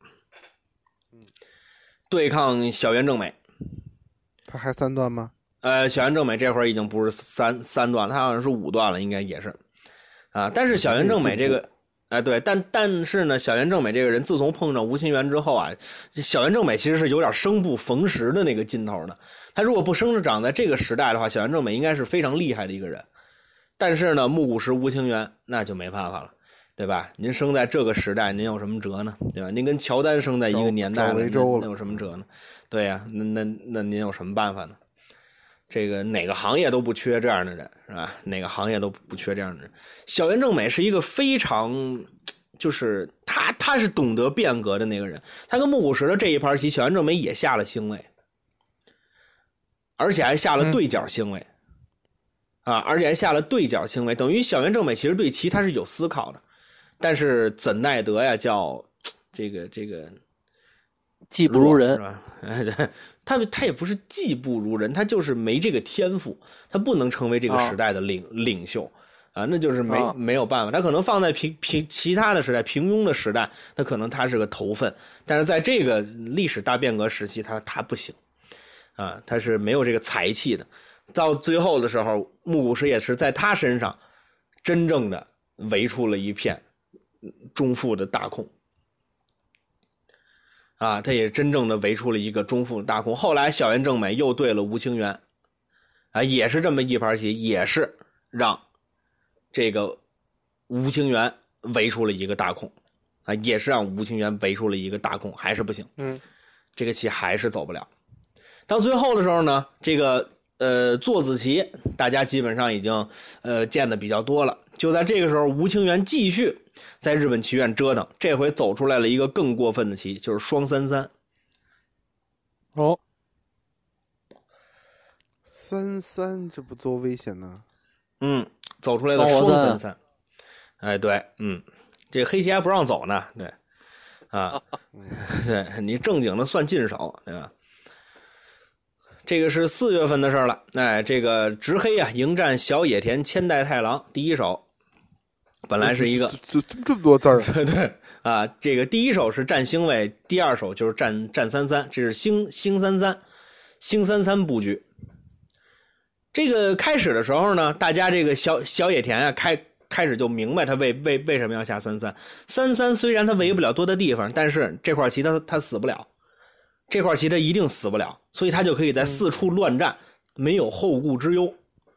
对抗小原正美。 他还3段吗？ 小原正美这会儿已经不是三段了，他好像是5段了，应该也是但是小原正美这个对，但是呢，小原正美这个人自从碰上吴清源之后小原正美其实是有点生不逢时的那个劲头的。他如果不生长在这个时代的话，小原正美应该是非常厉害的一个人。但是呢，木谷实吴清源那就没办法了。对吧？您生在这个时代，您有什么辙呢？对吧？您跟乔丹生在一个年代了，那有什么辙呢？对呀，那您有什么办法呢？这个哪个行业都不缺这样的人，是吧？哪个行业都不缺这样的人。小原正美是一个非常，就是他是懂得变革的那个人。他跟木谷实的这一盘棋，小原正美也下了星位，而且还下了对角星位。而且还下了对角星位，等于小原正美其实对棋他是有思考的。但是怎奈得呀，叫这个技不如人， 是吧？他也不是技不如人，他就是没这个天赋，他不能成为这个时代的领袖那就是没有办法。他可能放在其他的时代，平庸的时代，那可能他是个头份，但是在这个历史大变革时期，他不行他是没有这个才气的。到最后的时候，木谷实也是在他身上真正的围出了一片中腹的大空他也真正的围出了一个中腹的大空。后来小原正美又对了吴清源也是这么一盘棋，也是让这个吴清源围出了一个大空也是让吴清源围出了一个大空，还是不行。这个棋还是走不了。到最后的时候呢，这个坐子棋大家基本上已经见的比较多了。就在这个时候，吴清源继续在日本棋院折腾，这回走出来了一个更过分的棋，就是双33。 33这不多危险呢？ 走出来的双33。对，这黑棋还不让走呢，对对，你正经的算进手，对吧？这个是4月份的事了。这个直黑迎战小野田千代太郎，第一手本来是一个这么多字儿对这个第一手是占星位，第二手就是占33，这是星33布局。这个开始的时候呢，大家这个小野田开始就明白他为什么要下33。虽然他围不了多的地方，但是这块棋他死不了。这块棋他一定死不了，所以他就可以在四处乱战，没有后顾之忧。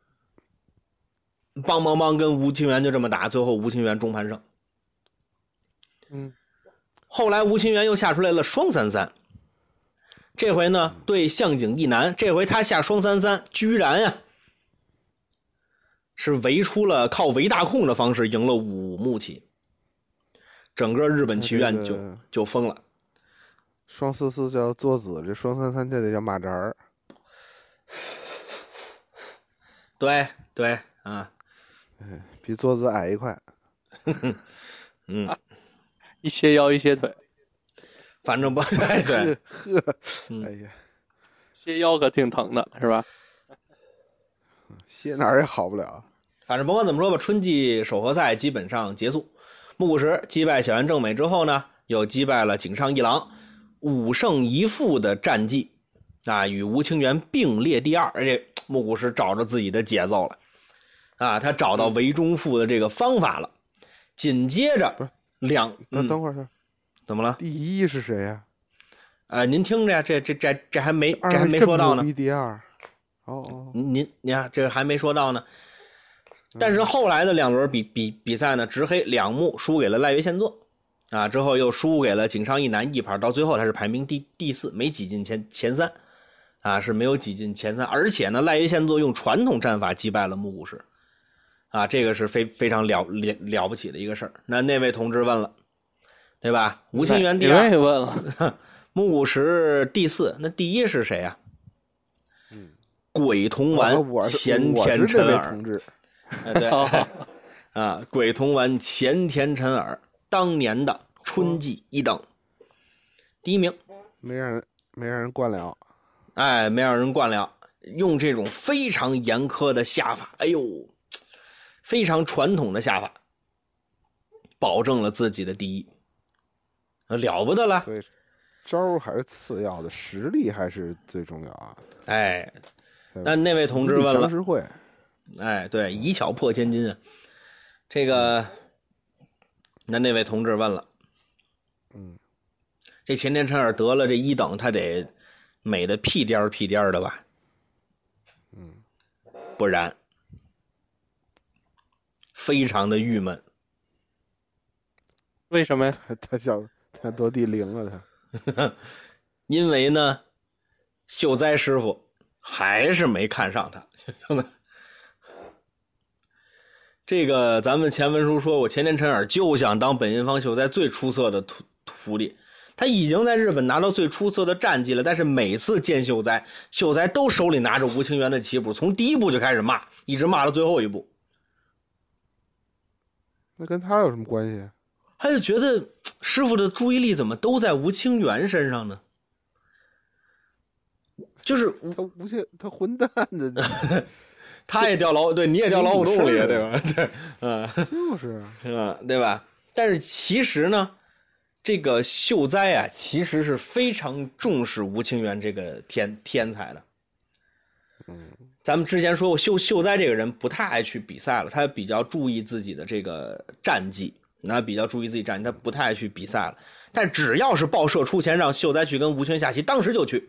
梆跟吴清源就这么打，最后吴清源中盘胜。后来吴清源又下出来了双33，这回呢对向井一男，这回他下双33，居然是围出了靠围大空的方式赢了5目棋，整个日本棋院就疯了。 双44叫坐子，这双33这得叫马扎儿。 对比坐子矮一块。 一歇腰一歇腿， 反正不对对， 哎呀， 歇腰可挺疼的，是吧？ 歇哪儿也好不了。 反正甭管怎么说吧，春季首合赛基本上结束。木谷实击败小渊正美之后呢，又击败了井上一郎，5胜1负的战绩啊，与吴清源并列第2。而且木谷实找着自己的节奏了啊，他找到围中腹的这个方法了。紧接着等会儿怎么了？ 第1是谁呀？ 您听着呀，这还没说到呢。 第2。哦， 您看这还没说到呢。但是后来的2轮比赛呢，直黑两木输给了赖月宪作啊，之后又输给了井上一男一牌，到最后他是排名第4，没挤进前3啊，是没有挤进前3。而且呢，赖月宪作用传统战法击败了木谷实啊，这个是非常了不起的一个事儿。那位同志问了，对吧？吴清源第2， 问了， 木谷实第4，那第1是谁呀？鬼童丸前田辰耳，对啊，鬼童丸前田辰耳当年的春季1等第1名， 没让人灌了， 哎，没让人灌了，用这种非常严苛的下法，哎呦，非常传统的下法，保证了自己的第1，了不得了。 所以招还是次要的，实力还是最重要啊。 哎。那位同志问了， 哎， 对，以巧破千金啊，这个，那位同志问了，这前田辰耳得了这1等，他得美的屁颠儿的吧？不然，非常的郁闷。 为什么呀？ 他多第0了他，因为呢，秀哉师傅还是没看上他。这个咱们前文书说过，前田辰耳就想当本因坊秀哉最出色的徒弟，他已经在日本拿到最出色的战绩了，但是每次见秀哉都手里拿着吴清源的棋谱，从第1步就开始骂，一直骂到最后1步。 那跟他有什么关系？ 他就觉得师傅的注意力怎么都在吴清源身上呢？就是他混蛋的， 他也掉对，你也掉老虎洞里，对吧？对， 就是对吧？但是其实呢，这个秀哉啊，其实是非常重视吴清源这个天才的。咱们之前说过，秀哉这个人不太爱去比赛了，他比较注意自己的这个战绩，他不太爱去比赛了。但只要是报社出钱让秀哉去跟吴清源下棋，当时就去。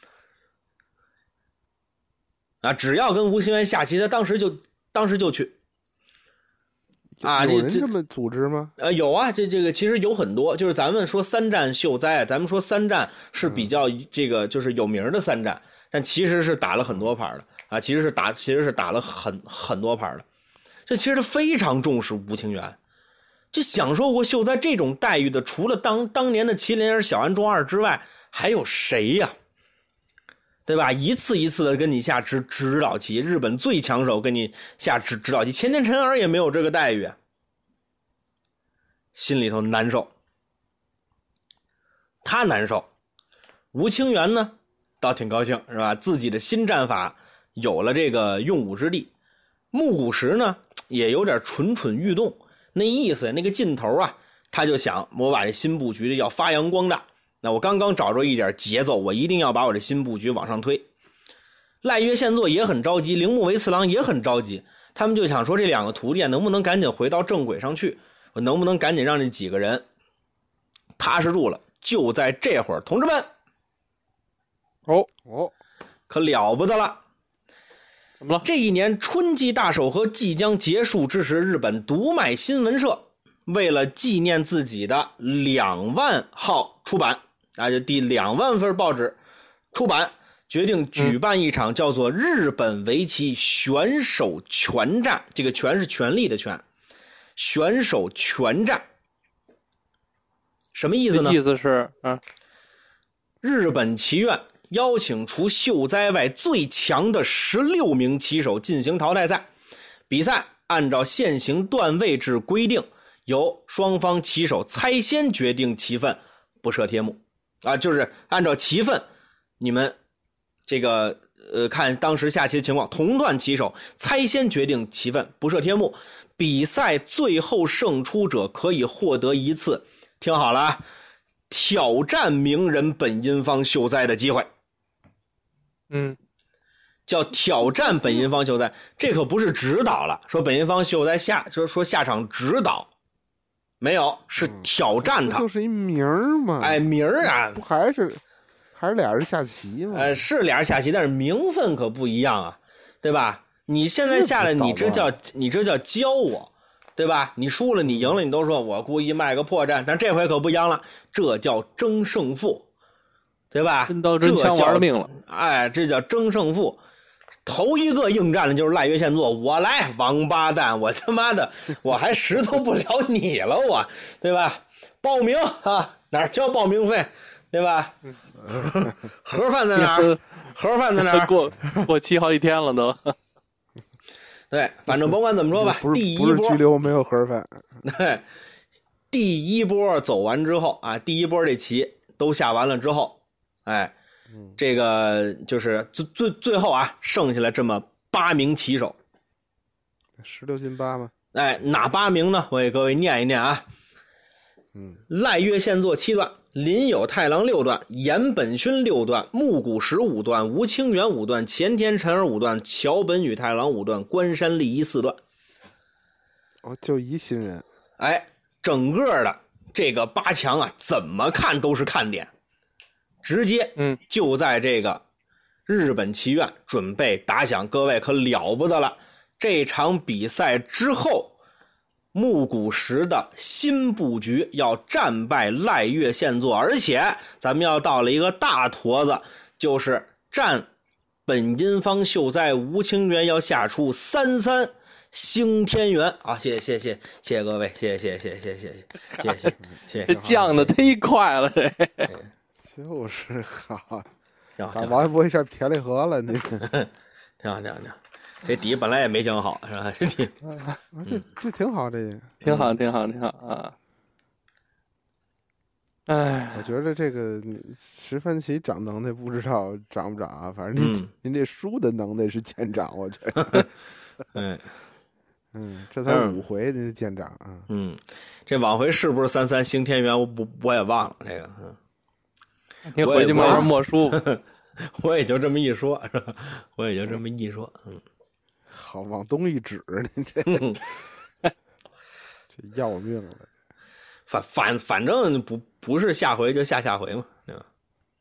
啊，只要跟吴清源下棋，他当时就去。啊， 有人这么组织吗？ 有啊，这个其实有很多，就是咱们说3战秀哉，咱们说3战是比较这个就是有名的3战，但其实是打了很多牌的啊，其实是打了很多牌的。这其实他非常重视吴清源，就享受过秀哉这种待遇的，除了当年的麒麟儿、小安忠二之外，还有谁呀？对吧？一次一次的跟你下指导棋，日本最强手跟你下指导棋，前田辰耳也没有这个待遇，心里头难受。他难受，吴清源呢倒挺高兴，是吧？自己的新战法有了这个用武之地。木谷实呢也有点蠢欲动，那意思那个劲头啊，他就想我把这新布局要发扬光大。那我刚刚找着一点节奏，我一定要把我这新布局往上推。赖月宪作也很着急，铃木维次郎也很着急，他们就想说这2个徒弟能不能赶紧回到正轨上去，我能不能赶紧让这几个人踏实住了。就在这会儿，同志们，可了不得了！ 怎么了？ 这一年春季大手合即将结束之时，日本读卖新闻社为了纪念自己的2万号出版啊，就第2万份报纸出版，决定举办一场叫做日本围棋选手权战，这个权是权力的权，选手权战什么意思呢？ 意思是日本棋院邀请除秀哉外最强的16名棋手进行淘汰赛，比赛按照现行段位制规定， 由双方棋手猜先决定棋分，不设贴目啊，就是按照棋分，你们这个看当时下棋的情况，同段棋手猜先决定棋分，不设贴目，比赛最后胜出者可以获得一次，听好了啊，挑战名人本因坊秀哉的机会。叫挑战本因坊秀哉，这可不是指导了，说本因坊秀哉说下场指导，没有，是挑战他， 就是一名嘛。 哎，名啊， 不还是俩人下棋吗？ 是俩人下棋，但是名分可不一样啊，对吧？你现在下来，你这叫教我，对吧？你输了，你赢了，你都说我故意卖个破绽，但这回可不一样了，这叫争胜负，对吧？ 真刀真枪玩了命了， 哎，这叫争胜负。头一个应战的就是赖月宪作，我来，王八蛋，我他妈的，我还石头不了你了，我，对吧？报名啊，哪儿交报名费，对吧？盒饭在哪儿？盒饭在哪儿？ 过期好几天了都。 对，反正甭管怎么说吧，第一波不是拘留没有盒饭。 对，第一波走完之后啊，第一波这棋都下完了之后，哎。这个就是最后啊，剩下了这么8名棋手 ，16进8吗？ 哎，哪8名呢？我给各位念一念啊。赖月宪作7段，林有太郎6段，岩本勋6段，木谷实5段，吴清源5段，前田辰儿5段，桥本宇太郎5段，关山利一4段。 就一新人。 哎，整个的这个8强啊，怎么看都是看点。直接就在这个日本棋院准备打响，各位可了不得了，这场比赛之后木谷实的新布局要战败赖月宪作，而且咱们要到了一个大坨子，就是战本因坊秀哉吴清源要下出3-3星天元啊！谢谢各位，谢谢， 这降的忒快了，这就是好，把王一博一下填了一盒了，你挺好，这底本来也没整好，是吧？ 这挺好，这挺好啊！哎， 我觉得这个石番棋长能耐不知道长不长啊，反正您这输的能耐是见长，我觉得。这才5回您见长啊。 这往回是不是3-3星天元？我也忘了这个。 你回去慢慢默书。 我也就这么一说，是吧？我也就这么一说。 好，往东一指，您这要我命了。 反正不是下回就下回嘛，对吧？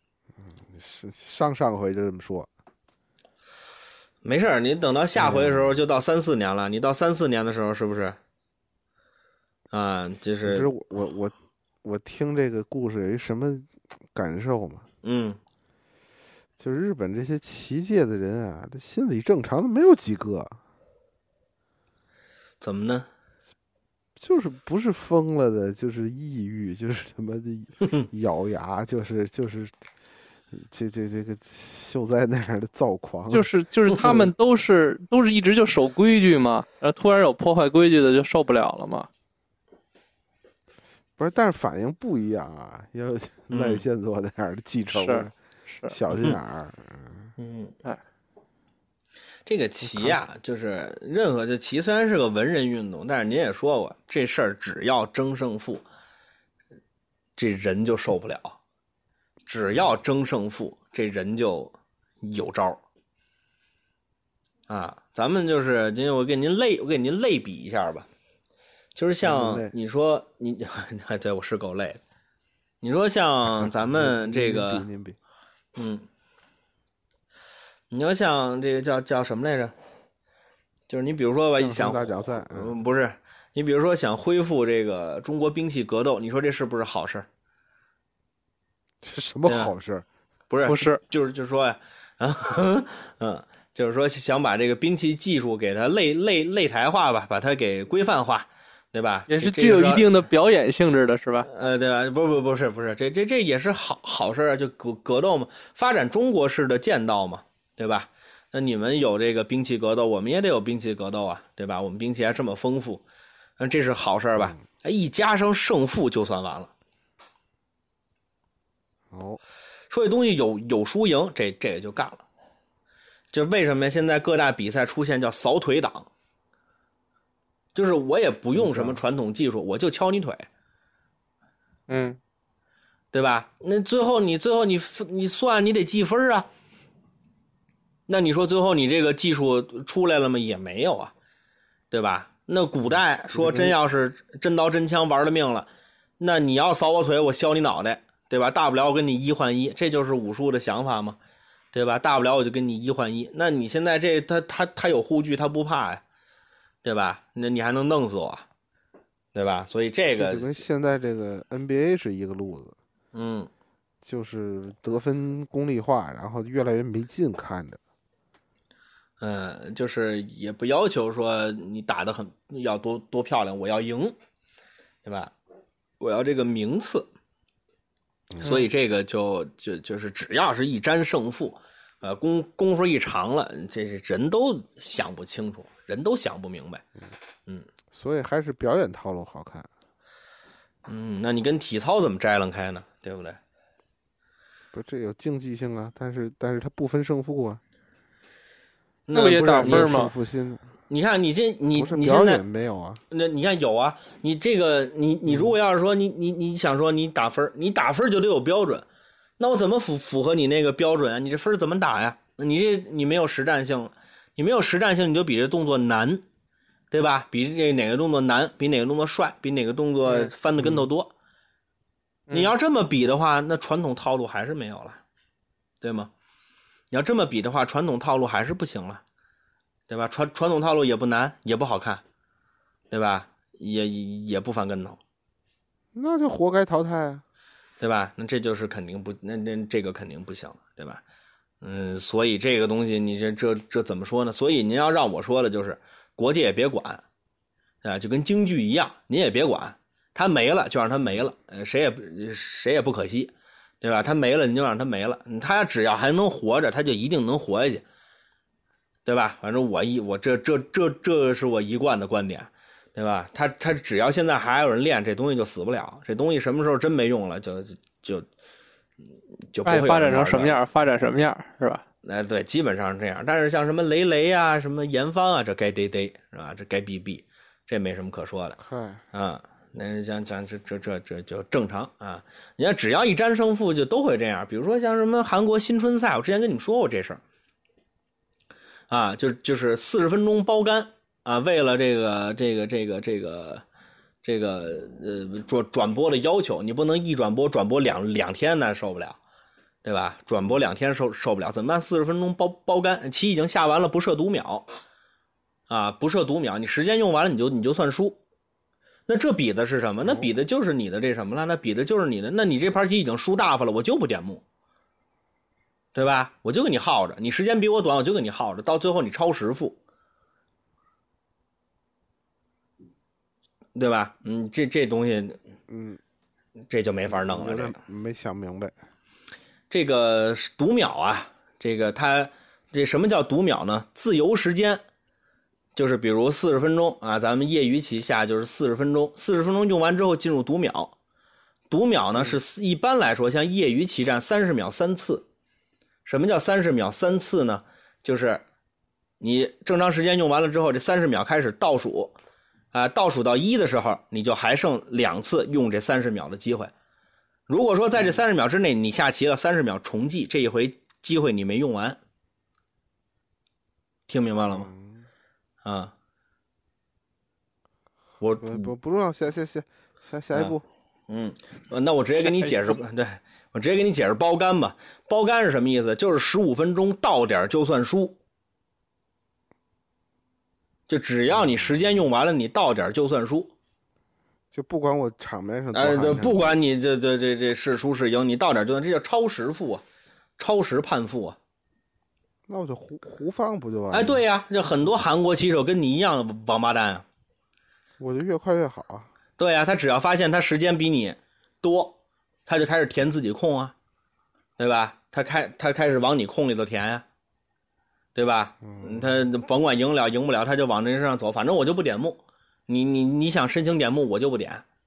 上回就这么说。 没事，你等到下回的时候就到3-4年了。你到3-4年的时候是不是？啊，就是。 其实我听这个故事有一什么感受嘛？就是日本这些棋界的人啊，这心理正常的没有几个。 怎么呢？ 就是不是疯了的，就是抑郁，就是他妈的咬牙，就是这个秀哉那样的躁狂。 就是他们都是一直就守规矩嘛，然后突然有破坏规矩的就受不了了嘛。 不是，但是反应不一样啊，要赖月宪作那样的记仇，小心眼儿。 这个棋啊，就是任何棋虽然是个文人运动，但是您也说过，这事儿只要争胜负，这人就受不了；只要争胜负，这人就有招啊。咱们就是今天我给您类比一下吧。就是像你说你对我是够累的，你说像咱们这个，你要像这个叫什么来着？就是你比如说吧，想大奖赛， 不是你比如说想恢复这个中国兵器格斗，你说这是不是好事？ 这什么好事？ 不是，就是说呀，就是说想把这个兵器技术给它擂台化吧，把它给规范化。对吧？ 也是具有一定的表演性质的，是吧？ 对吧？不是，这也是好事啊，就格斗嘛，发展中国式的剑道嘛，对吧？那你们有这个兵器格斗，我们也得有兵器格斗啊，对吧？我们兵器还这么丰富，这是好事吧？ 一加上胜负就算完了。 哦， 说这东西有输赢，这个就干了。就是为什么现在各大比赛出现叫扫腿党，就是我也不用什么传统技术，我就敲你腿，对吧？那最后你算你得计分啊。那你说最后你这个技术出来了吗？也没有啊，对吧？那古代说真要是真刀真枪玩了命了，那你要扫我腿，我削你脑袋，对吧？大不了我跟你1换1，这就是武术的想法嘛，对吧？大不了我就跟你1换1。那你现在这他有护具，他不怕呀，对吧？那你还能弄死我，对吧？所以这个就跟现在这个 NBA 是一个路子，就是得分功利化，然后越来越没劲看着。 就是也不要求说你打得很要多漂亮，我要赢，对吧？我要这个名次。所以这个就是只要是一沾胜负，功夫一长了，这是人都想不清楚，人都想不明白。 所以还是表演套路好看。 那你跟体操怎么摘楞开呢？对不对？ 不是，这有竞技性啊，但是它不分胜负啊。 那不也打分吗？ 你看你现在没有啊？ 那你看有啊，你这个你如果要是说你想说你打分就得有标准，那我怎么符合你那个标准啊？你这分怎么打呀？你没有实战性了，你没有实战性，你就比这动作难，对吧？比这哪个动作难，比哪个动作帅，比哪个动作翻的跟头多。你要这么比的话，那传统套路还是没有了，对吗？你要这么比的话，传统套路还是不行了，对吧？传统套路也不难，也不好看，对吧？也不翻跟头， 那就活该淘汰啊， 对吧？那这就是肯定不，那这个肯定不行，对吧？所以这个东西你这怎么说呢？所以您要让我说的就是，国界也别管，啊，就跟京剧一样，您也别管，他没了就让他没了，谁也不可惜。对吧？他没了，你就让他没了。他只要还能活着，他就一定能活下去，对吧？反正我这是我一贯的观点，对吧？他只要现在还有人练，这东西就死不了。这东西什么时候真没用了，就不会发展成什么样，发展什么样，是吧？ 对，基本上是这样。但是像什么雷啊，什么严方啊，这该逮是吧？这该毙，这没什么可说的。那像这就正常啊！你看，只要一沾胜负，就都会这样。比如说像什么韩国新春赛，我之前跟你们说过这事儿啊，就是40分钟包干啊，为了这个转播的要求，你不能一转播两天呢，受不了，对吧？转播2天受不了，怎么办？40分钟包干，棋已经下完了，不设读秒啊，不设读秒，你时间用完了，你就算输。那这比的是什么？那比的就是你的这什么了？那比的就是你的，那你这盘棋已经输大发了，我就不点目，对吧？我就给你耗着，你时间比我短，我就给你耗着，到最后你超时负，对吧？这东西，这就没法弄了。这个没想明白。 这个读秒啊，这什么叫读秒呢？自由时间。就是比如40分钟啊，咱们业余棋下就是40分钟，40分钟用完之后进入读秒。读秒呢是一般来说像业余棋战30秒3次。什么叫30秒3次呢？就是你正常时间用完了之后，这30秒开始倒数啊，倒数到1的时候，你就还剩2次用这30秒的机会。如果说在这30秒之内你下棋了30秒重计，这一回机会你没用完。听明白了吗？啊，我不重要，下一步。 那我直接给你解释，对，我直接给你解释包干吧。包干是什么意思？就是15分钟到点就算输，就只要你时间用完了，你到点就算输， 就不管我场面上不管你这是输是赢，你到点就算，这叫超时负啊，超时判负啊。 那我就胡放不就完了？ 对呀，这很多韩国棋手跟你一样的王八蛋啊！ 我就越快越好啊！ 对呀，他只要发现他时间比你多，他就开始填自己空啊，对吧？他开始往你空里头填呀，对吧？他甭管赢不了，他就往这上走，反正我就不点目。你想申请点目，我就不点，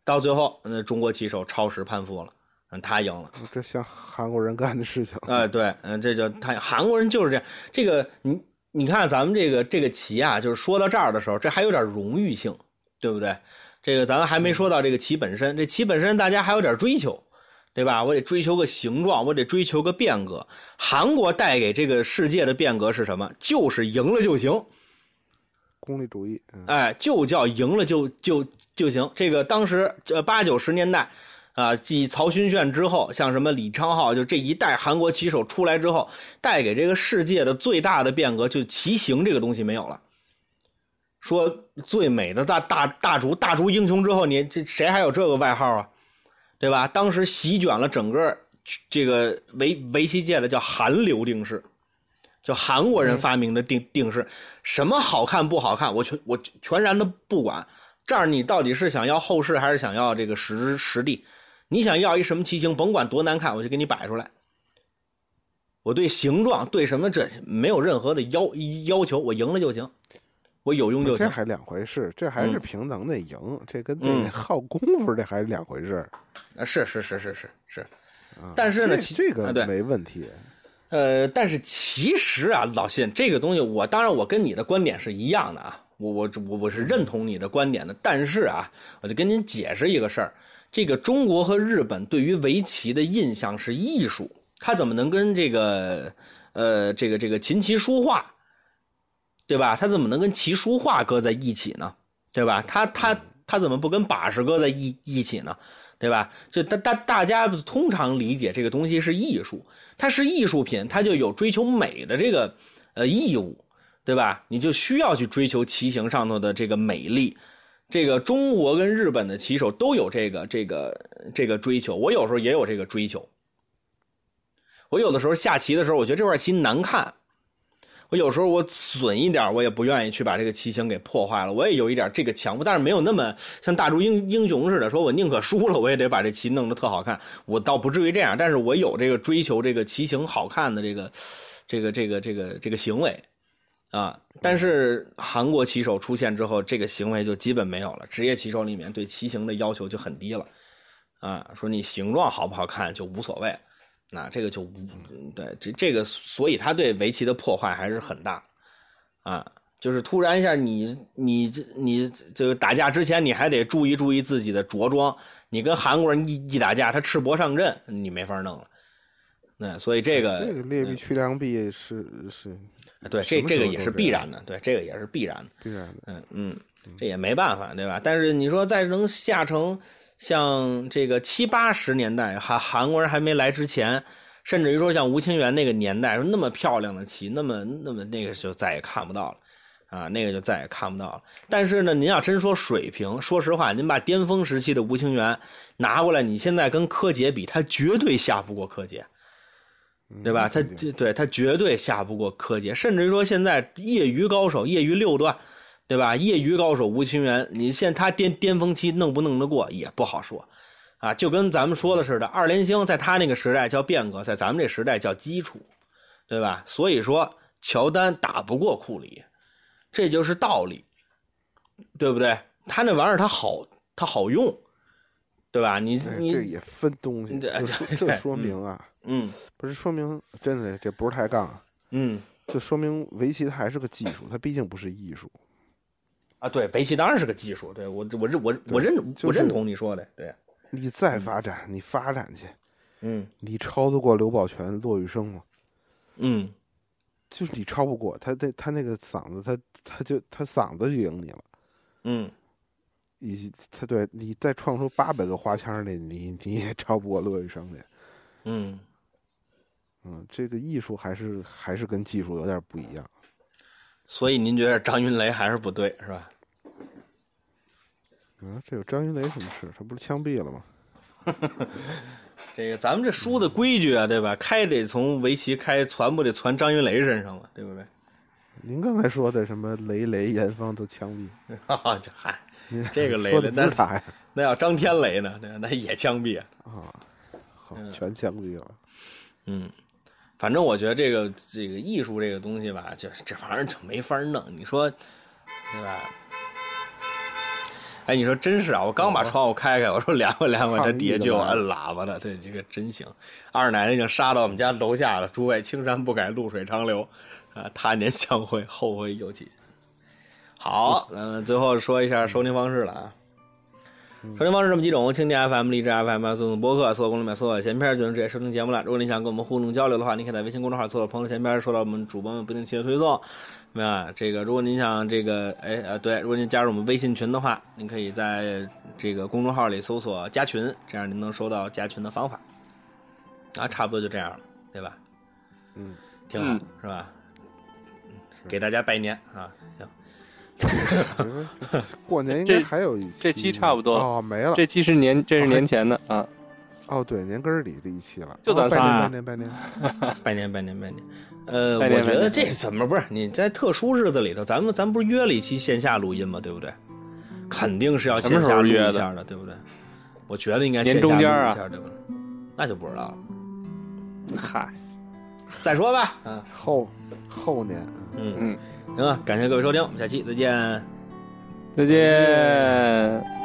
到最后中国棋手超时判负了。他赢了， 这像韩国人干的事情。 对，这就他韩国人就是这样。这个你看咱们这个棋啊，就是说到这儿的时候，这还有点荣誉性，对不对？这个咱们还没说到这个棋本身，这棋本身大家还有点追求，对吧？我得追求个形状，我得追求个变革。韩国带给这个世界的变革是什么？就是赢了就行， 功利主义。 就叫赢了就行。这个当时80、90年代。继曹勋炫之后，像什么李昌镐，就这一代韩国棋手出来之后，带给这个世界的最大的变革，就棋形这个东西没有了。说最美的大竹英雄之后，你这谁还有这个外号啊？对吧？当时席卷了整个这个围棋界的叫韩流定式，就韩国人发明的定式，什么好看不好看，我全然的不管。这儿你到底是想要后世还是想要这个实地？你想要一什么棋形，甭管多难看，我就给你摆出来。我对形状对什么这没有任何的要求，我赢了就行，我有用就行。 这还两回事，这还是平等的赢，这跟那耗功夫这还是两回事。 是。但是呢， 这个没问题。 但是其实啊，老信这个东西，当然我跟你的观点是一样的啊，我是认同你的观点的。但是啊，我就跟您解释一个事儿。这个中国和日本对于围棋的印象是艺术，它怎么能跟这个琴棋书画，对吧？它怎么能跟棋书画搁在一起呢？对吧？它怎么不跟把式搁在一起呢？对吧？就大家通常理解这个东西是艺术，它是艺术品，它就有追求美的这个义务，对吧？你就需要去追求棋形上头的这个美丽。这个中国跟日本的棋手都有这个追求，我有时候也有这个追求。我有的时候下棋的时候，我觉得这块棋难看，我有时候我损一点，我也不愿意去把这个棋形给破坏了。我也有一点这个强迫，但是没有那么像大竹英雄似的，说我宁可输了，我也得把这棋弄得特好看。我倒不至于这样，但是我有这个追求这个棋形好看的这个行为。但是韩国棋手出现之后，这个行为就基本没有了。职业棋手里面对棋形的要求就很低了，说你形状好不好看就无所谓，那这个就对这个，所以他对围棋的破坏还是很大，就是突然一下你这个打架之前你还得注意自己的着装，你跟韩国人一打架，他赤膊上阵，你没法弄了。那所以这个劣币驱良币是。 对，这个也是必然的，对，这个也是必然的，这也没办法，对吧？但是你说再能下成像这个70、80年代韩国人还没来之前，甚至于说像吴清源那个年代，那么漂亮的棋，那么那个就再也看不到了那个就再也看不到了。但是呢，您要真说水平，说实话，您把巅峰时期的吴清源拿过来，你现在跟柯洁比，他绝对下不过柯洁。对吧？他绝对下不过柯洁，甚至于说现在业余高手、业余六段，对吧？业余高手吴清源，你现在他巅峰期弄不弄得过也不好说，就跟咱们说的似的，二连星在他那个时代叫变革，在咱们这时代叫基础，对吧？所以说乔丹打不过库里，这就是道理，对不对？他那玩意儿他好用，对吧？你这也分东西，这说明啊。不是说明真的这不是抬杠，这说明围棋它还是个技术，它毕竟不是艺术对，围棋当然是个技术，对我认同你说的，对。 你再发展，你发展去，你超得过刘宝全、骆玉生吗？就是你超不过他那个嗓子，他嗓子就赢你了，对你再创出800个花腔来，你也超不过骆玉生去。这个艺术还是跟技术有点不一样， 所以您觉得张云雷还是不对是吧？ 这有张云雷什么事？他不是枪毙了吗？ 这个咱们这书的规矩啊，对吧？开得从围棋开，传不得传张云雷身上了，对不对？ 您刚才说的什么雷严方都枪毙这个雷的那要张天雷呢，那也枪毙全枪毙了。 反正我觉得这个艺术这个东西吧，就是这玩意儿就没法弄，你说对吧？ 哎，你说真是啊！我刚把窗户开开，我说凉快凉快，这底下就有摁喇叭的，对，这个真行。二奶奶已经杀到我们家楼下了。诸位，青山不改，绿水长流，啊，他年相会，后会有期。好，最后说一下收听方式了啊。收听方式这么几种：蜻蜓 FM、荔枝 FM、搜索播客、搜索公众号、搜索闲篇就能直接收听节目了。如果你想跟我们互动交流的话，你可以在微信公众号搜索朋友闲篇，收到我们主播们不定期的推送。这个如果您想这个对，如果您加入我们微信群的话，您可以在这个公众号里搜索加群，这样您能收到加群的方法。啊，差不多就这样了，对吧？挺好，是吧？给大家拜年啊，行。 过年应该还有一期， 这期差不多了哦，没了。 这期是年前的啊。 哦，对，年根儿里的一期了， 就咱仨拜年。 拜年。我觉得这怎么不是你在特殊日子里头，咱不是约了一期线下录音吗？对不对？肯定是要线下录一下的，对不对？我觉得应该线下录一下，对不对？那就不知道了。 嗨， 再说吧。 后年。 行啊，感谢各位收听，我们下期再见。 再见。